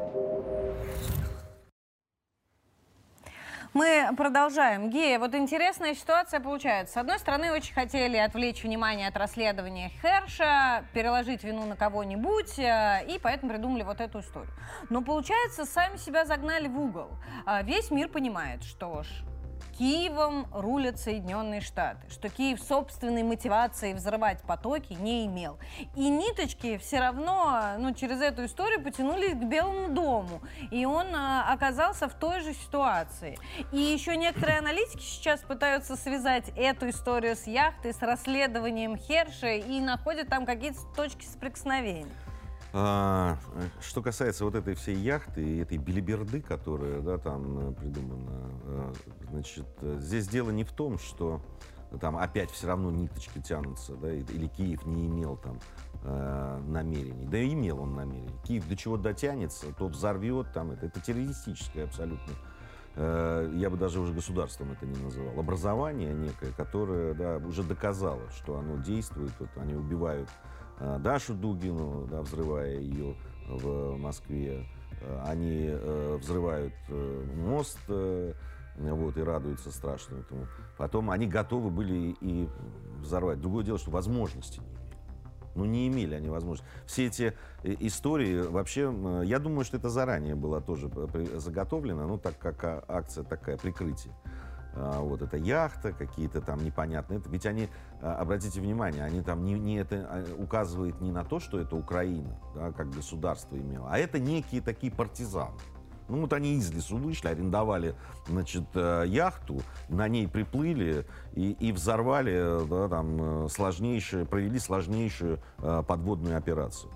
Мы продолжаем. Гея, вот интересная ситуация получается. С одной стороны, очень хотели отвлечь внимание от расследования Херша, переложить вину на кого-нибудь, и поэтому придумали вот эту историю. Но получается, сами себя загнали в угол. Весь мир понимает, что ж, Киевом рулят Соединенные Штаты, что Киев собственной мотивации взрывать потоки не имел. И ниточки все равно, ну, через эту историю потянулись к Белому дому, и он а, оказался в той же ситуации. И еще некоторые аналитики сейчас пытаются связать эту историю с яхтой, с расследованием Херша, и находят там какие-то точки соприкосновения. А, что касается вот этой всей яхты и этой белиберды, которая, да, там придумана, значит, здесь дело не в том, что там опять все равно ниточки тянутся, да, или Киев не имел там э, намерений. Да и имел он намерений. Киев до чего дотянется, то взорвет там это. Это террористическое абсолютно. Э, я бы даже уже государством это не называл. Образование некое, которое, да, уже доказало, что оно действует. Вот они убивают Дашу Дугину, да, взрывая ее в Москве. Они э, взрывают э, мост, э, вот, и радуются страшно этому. Потом они готовы были и взорвать. Другое дело, что возможности не имели. Ну, не имели они возможности. Все эти истории, вообще, я думаю, что это заранее было тоже заготовлено, ну, так как акция такая, прикрытие. Вот эта яхта, какие-то там непонятные. Ведь они, обратите внимание, они там не, не это указывают не на то, что это Украина, да, как государство имело, а это некие такие партизаны. Ну вот они из лесу вышли, арендовали, значит, яхту, на ней приплыли и, и взорвали, да, там, сложнейшую, провели сложнейшую подводную операцию.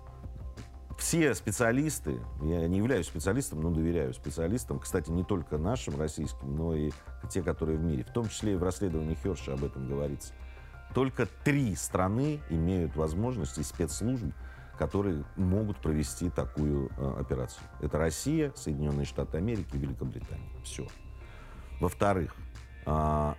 Все специалисты, я не являюсь специалистом, но доверяю специалистам, кстати, не только нашим российским, но и те, которые в мире, в том числе и в расследовании Херша об этом говорится. Только три страны имеют возможность и спецслужбы, которые могут провести такую э, операцию. Это Россия, Соединенные Штаты Америки и Великобритания. Все. Во-вторых, э,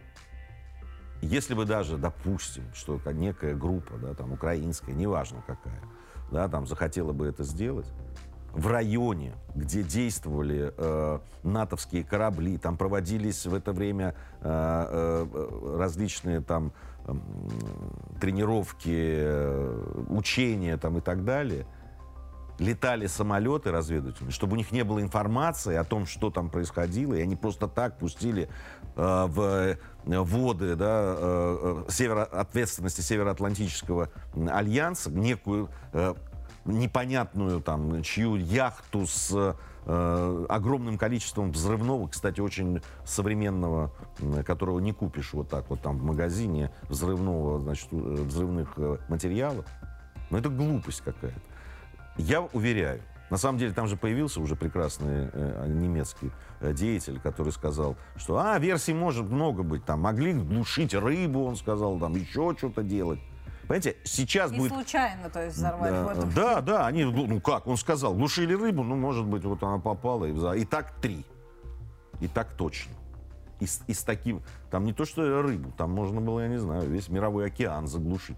если бы даже, допустим, что некая группа, да, там, украинская, неважно какая, да, там, захотела бы это сделать, в районе, где действовали э, натовские корабли, там проводились в это время э, э, различные там э, тренировки, э, учения там, и так далее, летали самолеты разведывательные, чтобы у них не было информации о том, что там происходило, и они просто так пустили э, в воды, да, э, северо, ответственности Североатлантического альянса некую э, непонятную там чью яхту с э, огромным количеством взрывного, кстати, очень современного, которого не купишь вот так вот там в магазине, взрывного, значит, взрывных материалов. Но это глупость какая-то. Я уверяю, на самом деле там же появился уже прекрасный э, немецкий э, деятель, который сказал, что а, версий может много быть, там могли глушить рыбу, он сказал, там еще что-то делать. Понимаете, сейчас и будет... случайно, то есть, взорвать да, воду. Да, да, они, ну как, он сказал, глушили рыбу, ну, может быть, вот она попала, и, взор... и так три. И так точно. И с, и с таким, там не то, что рыбу, там можно было, я не знаю, весь мировой океан заглушить.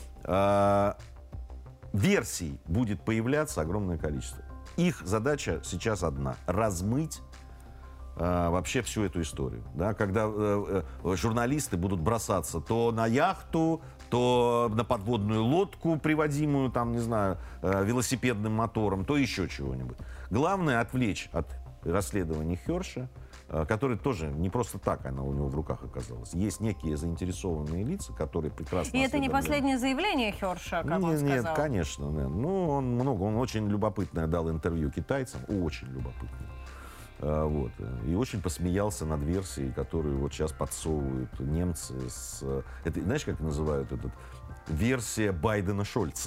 А... Версий будет появляться огромное количество. Их задача сейчас одна – размыть э, вообще всю эту историю. Да? Когда э, э, журналисты будут бросаться то на яхту, то на подводную лодку, приводимую, там, не знаю, э, велосипедным мотором, то еще чего-нибудь. Главное – отвлечь от расследования Херша который тоже не просто так она у него в руках оказалась. Есть некие заинтересованные лица, которые прекрасно... И это не последнее заявление Херша, как нет, он сказал? Нет, конечно. Нет. Ну, он много, он очень любопытное дал интервью китайцам, очень любопытное. Вот. И очень посмеялся над версией, которую вот сейчас подсовывают немцы. С... Это, знаешь, как называют этот? Версия Байдена-Шольца.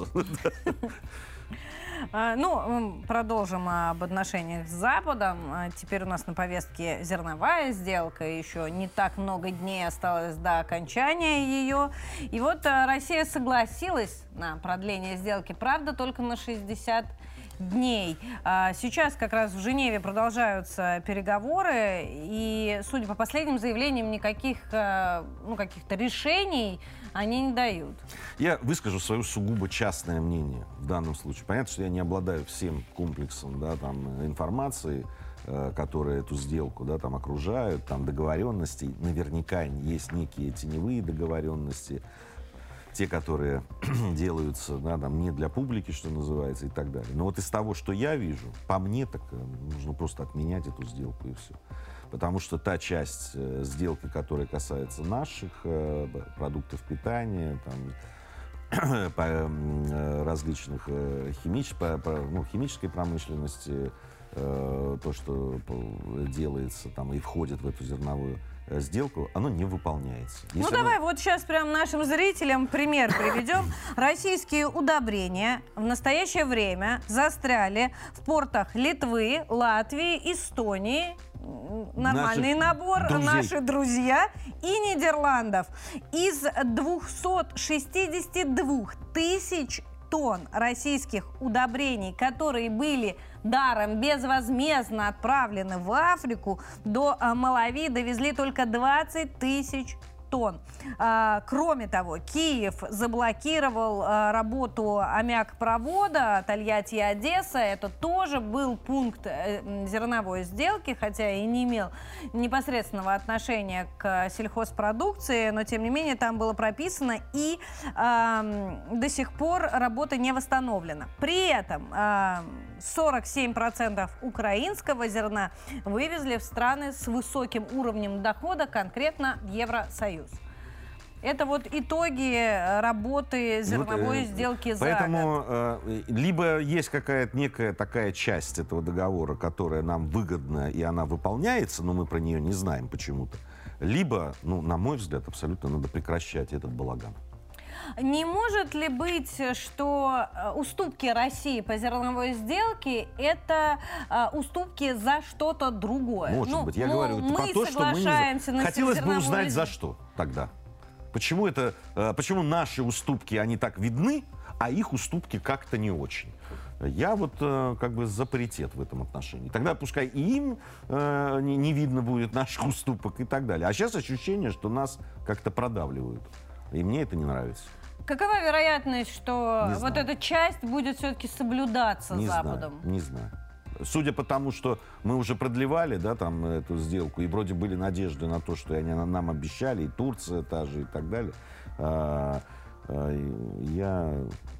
Ну, продолжим об отношениях с Западом. Теперь у нас на повестке зерновая сделка. Еще не так много дней осталось до окончания ее. И вот Россия согласилась на продление сделки, правда, только на шестьдесят дней. Сейчас как раз в Женеве продолжаются переговоры, и, судя по последним заявлениям, никаких, ну, каких-то решений они не дают. Я выскажу свое сугубо частное мнение в данном случае. Понятно, что я не обладаю всем комплексом, да, там, информации, э, которая эту сделку, да, там, окружают, там, договоренностей. Наверняка есть некие теневые договоренности, те, которые делаются, да, там, не для публики, что называется, и так далее. Но вот из того, что я вижу, по мне, так нужно просто отменять эту сделку, и все. Потому что та часть э, сделки, которая касается наших э, продуктов питания, там, по, э, различных э, химич, по, по, ну, химической промышленности, э, то, что делается там, и входит в эту зерновую сделку, оно не выполняется. Если ну, оно... давай вот сейчас прям нашим зрителям пример приведем. Российские удобрения в настоящее время застряли в портах Литвы, Латвии, Эстонии. Нормальный наших набор, друзей. Наши друзья, и Нидерландов. Из двухсот шестидесяти двух тысяч тонн российских удобрений, которые были даром безвозмездно отправлены в Африку, до Малави довезли только двадцать тысяч тонн. А, кроме того, Киев заблокировал а, работу аммиак-провода Тольятти и Одесса. Это тоже был пункт э, зерновой сделки, хотя и не имел непосредственного отношения к сельхозпродукции, но тем не менее там было прописано, и э, до сих пор работа не восстановлена. При этом э, сорок семь процентов украинского зерна вывезли в страны с высоким уровнем дохода, конкретно в Евросоюз. Это вот итоги работы зерновой вот, э, сделки за поэтому, год. Э, либо есть какая-то некая такая часть этого договора, которая нам выгодна, и она выполняется, но мы про нее не знаем почему-то. Либо, ну, на мой взгляд, абсолютно надо прекращать этот балаган. Не может ли быть, что уступки России по зерновой сделке – это а, уступки за что-то другое? Может ну, быть. Я ну, говорю, мы по то, что мы не... Хотелось бы узнать, за что тогда. Почему, это, почему наши уступки, они так видны, а их уступки как-то не очень? Я вот как бы за паритет в этом отношении. Тогда пускай и им э, не, не видно будет наших уступок и так далее. А сейчас ощущение, что нас как-то продавливают. И мне это не нравится. Какова вероятность, что не вот знаю. эта часть будет все-таки соблюдаться не Западом? Знаю, не знаю. Судя по тому, что мы уже продлевали, да, там, эту сделку, и вроде были надежды на то, что они нам обещали, и Турция та же, и так далее, а, а, я,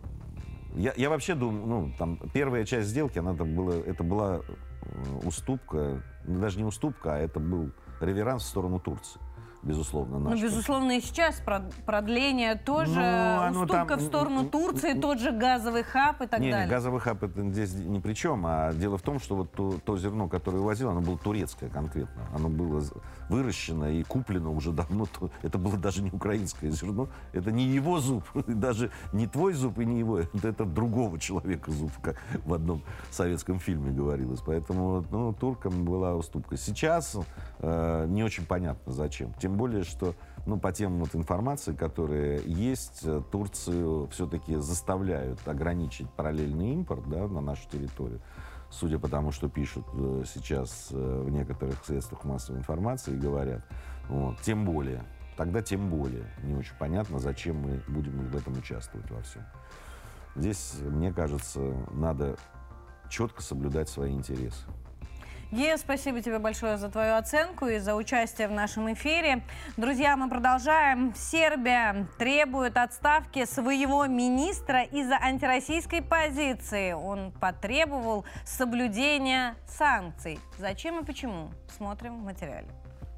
я, я вообще думаю, ну, там, первая часть сделки, она там была, это была уступка, даже не уступка, а это был реверанс в сторону Турции. Безусловно, наш. Ну, безусловно, и сейчас продление тоже, ну, уступка там... в сторону Турции, тот же газовый хаб и так не, далее. Не, газовый хаб это здесь ни при чем, а дело в том, что вот то, то зерно, которое возило, оно было турецкое конкретно. Оно было выращено и куплено уже давно. То, это было даже не украинское зерно, это не его зуб, даже не твой зуб и не его, это, это другого человека зуб, как в одном советском фильме говорилось. Поэтому, ну, туркам была уступка. Сейчас э, не очень понятно, зачем. Тем более, что, ну, по тем вот информации, которые есть, Турцию все-таки заставляют ограничить параллельный импорт, да, на нашу территорию. Судя по тому, что пишут сейчас в некоторых средствах массовой информации и говорят. Вот. Тем более, тогда тем более не очень понятно, зачем мы будем в этом участвовать во всем. Здесь, мне кажется, надо четко соблюдать свои интересы. Гея, спасибо тебе большое за твою оценку и за участие в нашем эфире. Друзья, мы продолжаем. Сербия требует отставки своего министра из-за антироссийской позиции. Он потребовал соблюдения санкций. Зачем и почему? Смотрим в материале.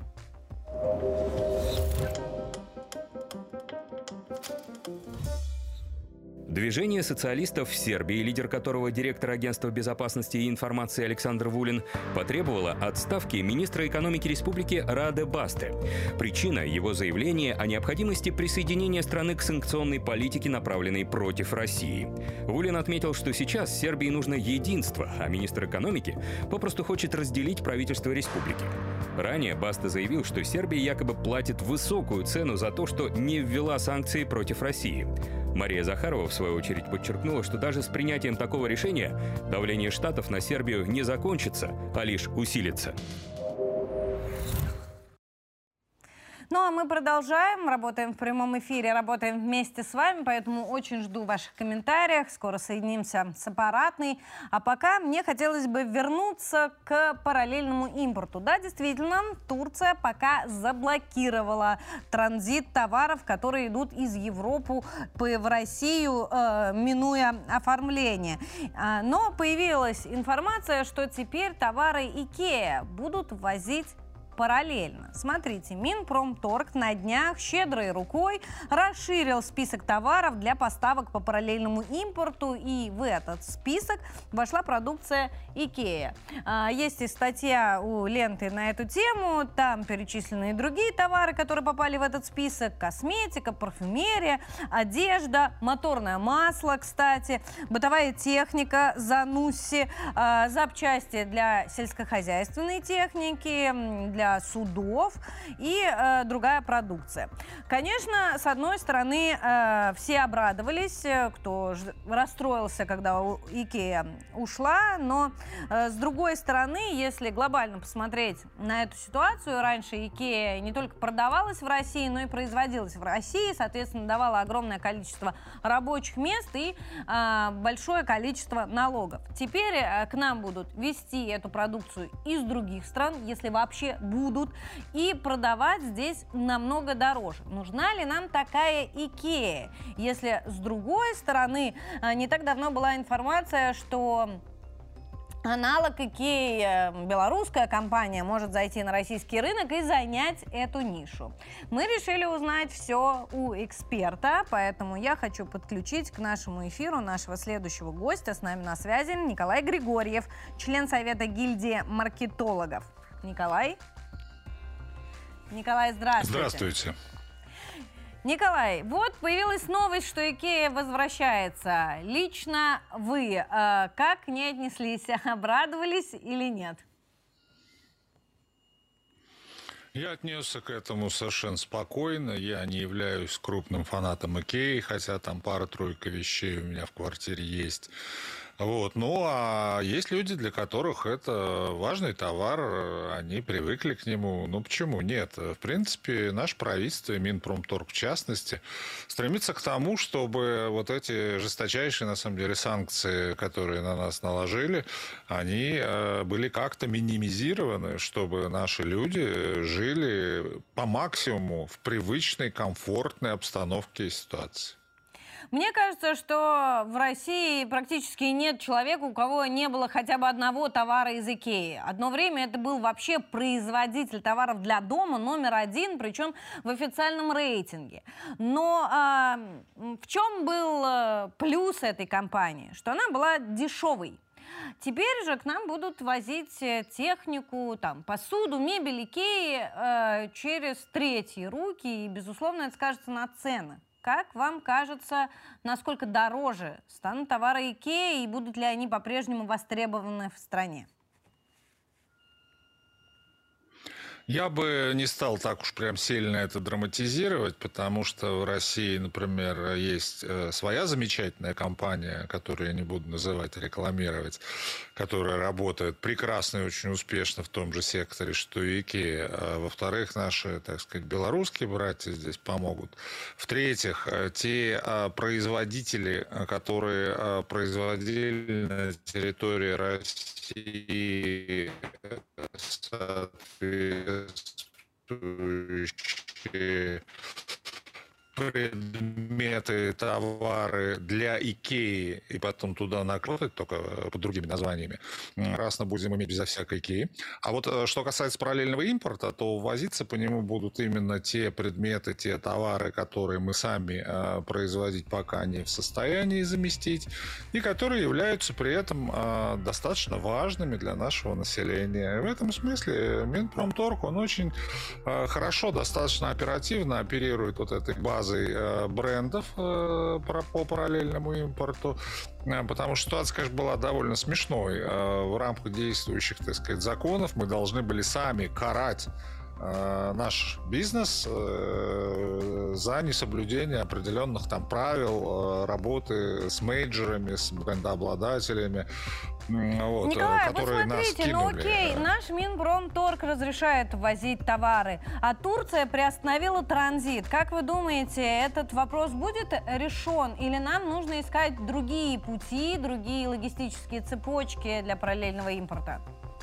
Движение социалистов в Сербии, лидер которого директор Агентства безопасности и информации Александр Вулин, потребовало отставки министра экономики республики Раде Басте. Причина – его заявление о необходимости присоединения страны к санкционной политике, направленной против России. Вулин отметил, что сейчас Сербии нужно единство, а министр экономики попросту хочет разделить правительство республики. Ранее Басте заявил, что Сербия якобы платит высокую цену за то, что не ввела санкции против России. Мария Захарова, в свою очередь, подчеркнула, что даже с принятием такого решения давление Штатов на Сербию не закончится, а лишь усилится. Ну а мы продолжаем, работаем в прямом эфире, работаем вместе с вами, поэтому очень жду ваших комментариев. Скоро соединимся с аппаратной. А пока мне хотелось бы вернуться к параллельному импорту. Да, действительно, Турция пока заблокировала транзит товаров, которые идут из Европы в Россию, э, минуя оформление. Но появилась информация, что теперь товары Икеа будут ввозить параллельно. Смотрите, Минпромторг на днях щедрой рукой расширил список товаров для поставок по параллельному импорту, и в этот список вошла продукция Икеа. Есть и статья у ленты на эту тему, там перечислены и другие товары, которые попали в этот список: косметика, парфюмерия, одежда, моторное масло, кстати, бытовая техника, Занусси, запчасти для сельскохозяйственной техники, для судов и э, другая продукция. Конечно, с одной стороны, э, все обрадовались, кто расстроился, когда Икеа ушла, но э, с другой стороны, если глобально посмотреть на эту ситуацию, раньше Икеа не только продавалась в России, но и производилась в России, соответственно, давала огромное количество рабочих мест и э, большое количество налогов. Теперь э, к нам будут везти эту продукцию из других стран, если вообще будут, будут, и продавать здесь намного дороже. Нужна ли нам такая Икеа? Если с другой стороны, не так давно была информация, что аналог Икеа, белорусская компания, может зайти на российский рынок и занять эту нишу. Мы решили узнать все у эксперта, поэтому я хочу подключить к нашему эфиру нашего следующего гостя. С нами на связи Николай Григорьев, член Совета гильдии маркетологов. Николай? Николай, здравствуйте. Здравствуйте. Николай, вот появилась новость, что Икеа возвращается. Лично вы э, как к ней отнеслись? Обрадовались или нет? Я отнесся к этому совершенно спокойно. Я не являюсь крупным фанатом Икеи, хотя там пара-тройка вещей у меня в квартире есть. Вот. Ну, а есть люди, для которых это важный товар, они привыкли к нему. Ну, почему нет? В принципе, наше правительство, Минпромторг в частности, стремится к тому, чтобы вот эти жесточайшие, на самом деле, санкции, которые на нас наложили, они были как-то минимизированы, чтобы наши люди жили по максимуму в привычной, комфортной обстановке и ситуации. Мне кажется, что в России практически нет человека, у кого не было хотя бы одного товара из Икеи. Одно время это был вообще производитель товаров для дома номер один, причем в официальном рейтинге. Но а, в чем был а, плюс этой компании? Что она была дешевой. Теперь же к нам будут возить технику, там, посуду, мебель Икеи э, через третьи руки, и, безусловно, это скажется на ценах. Как вам кажется, насколько дороже станут товары Икеи и будут ли они по-прежнему востребованы в стране? Я бы не стал так уж прям сильно это драматизировать, потому что в России, например, есть своя замечательная компания, которую я не буду называть, рекламировать, которая работает прекрасно и очень успешно в том же секторе, что и Икея. А во-вторых, наши, так сказать, белорусские братья здесь помогут. В-третьих, те производители, которые производили на территории России соответствующие предметы, товары для Икеи, и потом туда накладывать, только под другими названиями, раз мы будем иметь безо всякой Икеи. А вот что касается параллельного импорта, то ввозиться по нему будут именно те предметы, те товары, которые мы сами э, производить пока не в состоянии заместить, и которые являются при этом э, достаточно важными для нашего населения. И в этом смысле Минпромторг, он очень э, хорошо, достаточно оперативно оперирует вот этой базой брендов по параллельному импорту, потому что ситуация, конечно, была довольно смешной. В рамках действующих, так сказать, законов мы должны были сами карать наш бизнес за несоблюдение определенных там правил работы с мейджерами, с брендообладателями. Вот, Николай, вот смотрите, ну окей, наш Минпромторг разрешает ввозить товары, а Турция приостановила транзит. Как вы думаете, этот вопрос будет решен или нам нужно искать другие пути, другие логистические цепочки для параллельного импорта?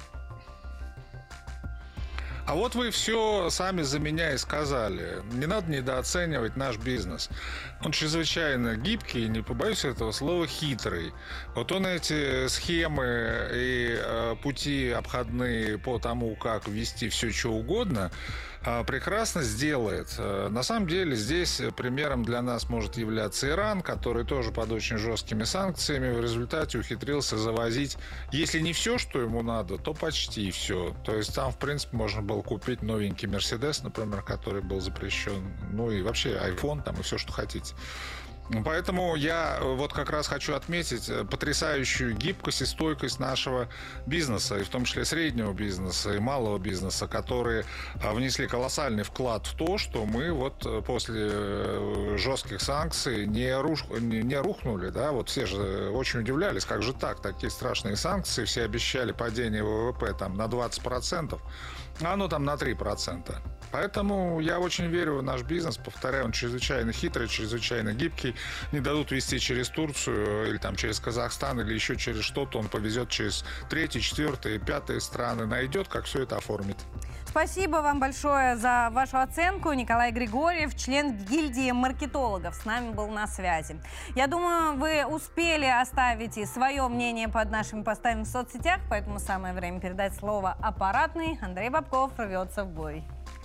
А вот вы все сами за меня и сказали. Не надо недооценивать наш бизнес. Он чрезвычайно гибкий, не побоюсь этого слова, хитрый. Вот он эти схемы и э, пути обходные по тому, как ввести все, что угодно, э, прекрасно сделает. Э, на самом деле здесь примером для нас может являться Иран, который тоже под очень жесткими санкциями в результате ухитрился завозить, если не все, что ему надо, то почти все. То есть там, в принципе, можно было купить новенький Мерседес, например, который был запрещен, ну и вообще iPhone там и все, что хотите. Поэтому я вот как раз хочу отметить потрясающую гибкость и стойкость нашего бизнеса, и в том числе среднего бизнеса и малого бизнеса, которые внесли колоссальный вклад в то, что мы вот после жестких санкций не, руш... не рухнули. Да? Вот все же очень удивлялись, как же так, такие страшные санкции, все обещали падение ВВП там, на двадцать процентов, а оно там на три процента. Поэтому я очень верю в наш бизнес. Повторяю, он чрезвычайно хитрый, чрезвычайно гибкий. Не дадут везти через Турцию или там через Казахстан или еще через что-то. Он повезет через третьи, четвертые, пятые страны. Найдет, как все это оформить. Спасибо вам большое за вашу оценку. Николай Григорьев, член гильдии маркетологов, с нами был на связи. Я думаю, вы успели оставить и свое мнение под нашими постами в соцсетях, поэтому самое время передать слово аппаратный. Андрей Бабков рвется в бой.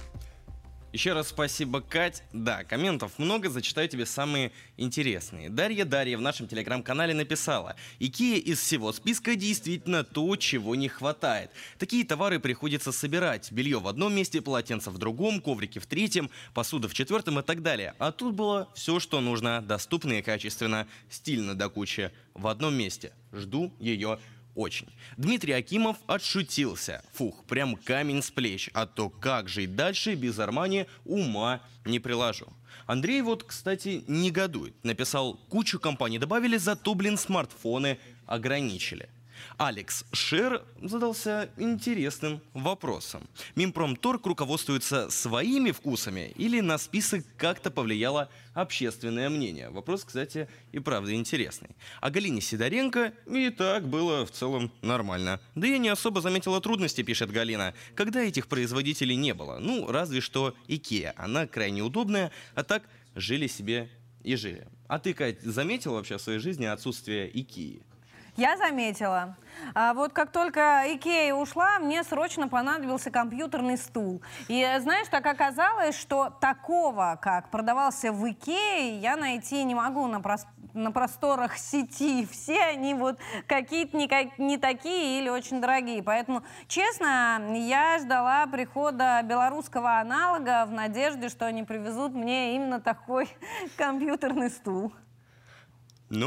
Еще раз спасибо, Кать. Да, комментов много, зачитаю тебе самые интересные. Дарья Дарья в нашем телеграм-канале написала: Икея из всего списка действительно то, чего не хватает. Такие товары приходится собирать. Белье в одном месте, полотенце в другом, коврики в третьем, посуда в четвертом и так далее. А тут было все, что нужно, доступно и качественно, стильно до кучи, в одном месте. Жду ее очень. Дмитрий Акимов отшутился. Фух, прям камень с плеч. А то как жить дальше без Армани, ума не приложу. Андрей вот, кстати, негодует. Написал: кучу компаний добавили, зато, блин, смартфоны ограничили. Алекс Шер задался интересным вопросом. Минпромторг руководствуется своими вкусами или на список как-то повлияло общественное мнение? Вопрос, кстати, и правда интересный. А Галине Сидоренко и так было в целом нормально. Да я не особо заметила трудности, пишет Галина, когда этих производителей не было. Ну, разве что Икея. Она крайне удобная, а так жили себе и жили. А ты, Кать, заметила вообще в своей жизни отсутствие Икеи? Я заметила. А вот как только Икея ушла, мне срочно понадобился компьютерный стул. И знаешь, так оказалось, что такого, как продавался в Икее, я найти не могу на, прос... на просторах сети. Все они вот какие-то не, не такие или очень дорогие. Поэтому, честно, я ждала прихода белорусского аналога в надежде, что они привезут мне именно такой компьютерный стул. Ну,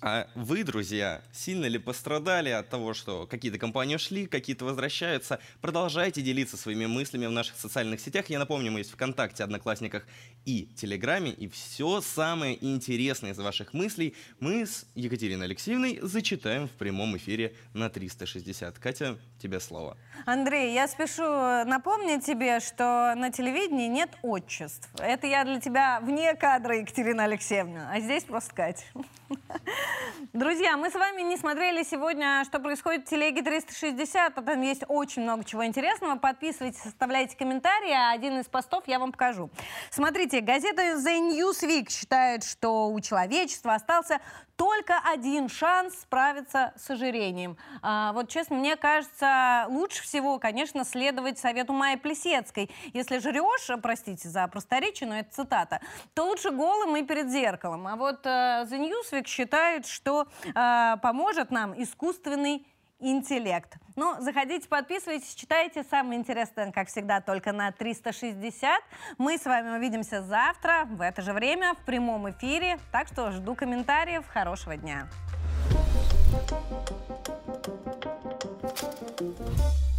А вы, друзья, сильно ли пострадали от того, что какие-то компании ушли, какие-то возвращаются? Продолжайте делиться своими мыслями в наших социальных сетях. Я напомню, мы есть в ВКонтакте, Одноклассниках и Телеграме. И все самое интересное из ваших мыслей мы с Екатериной Алексеевной зачитаем в прямом эфире на триста шестьдесят. Катя, тебе слово. Андрей, я спешу напомнить тебе, что на телевидении нет отчеств. Это я для тебя вне кадра, Екатерина Алексеевна, а здесь просто Катя. Друзья, мы с вами не смотрели сегодня, что происходит в телеге триста шестьдесят, а там есть очень много чего интересного. Подписывайтесь, оставляйте комментарии, а один из постов я вам покажу. Смотрите, газета The Newsweek считает, что у человечества остался только один шанс справиться с ожирением. А, вот честно, мне кажется, лучше всего, конечно, следовать совету Майи Плисецкой. Если жрешь, простите за просторечие, но это цитата, то лучше голым и перед зеркалом. А вот э, The Newsweek считает, что э, поможет нам искусственный интеллект. Ну, заходите, подписывайтесь, читайте. Самое интересное, как всегда, только на триста шестьдесят. Мы с вами увидимся завтра в это же время в прямом эфире. Так что жду комментариев. Хорошего дня.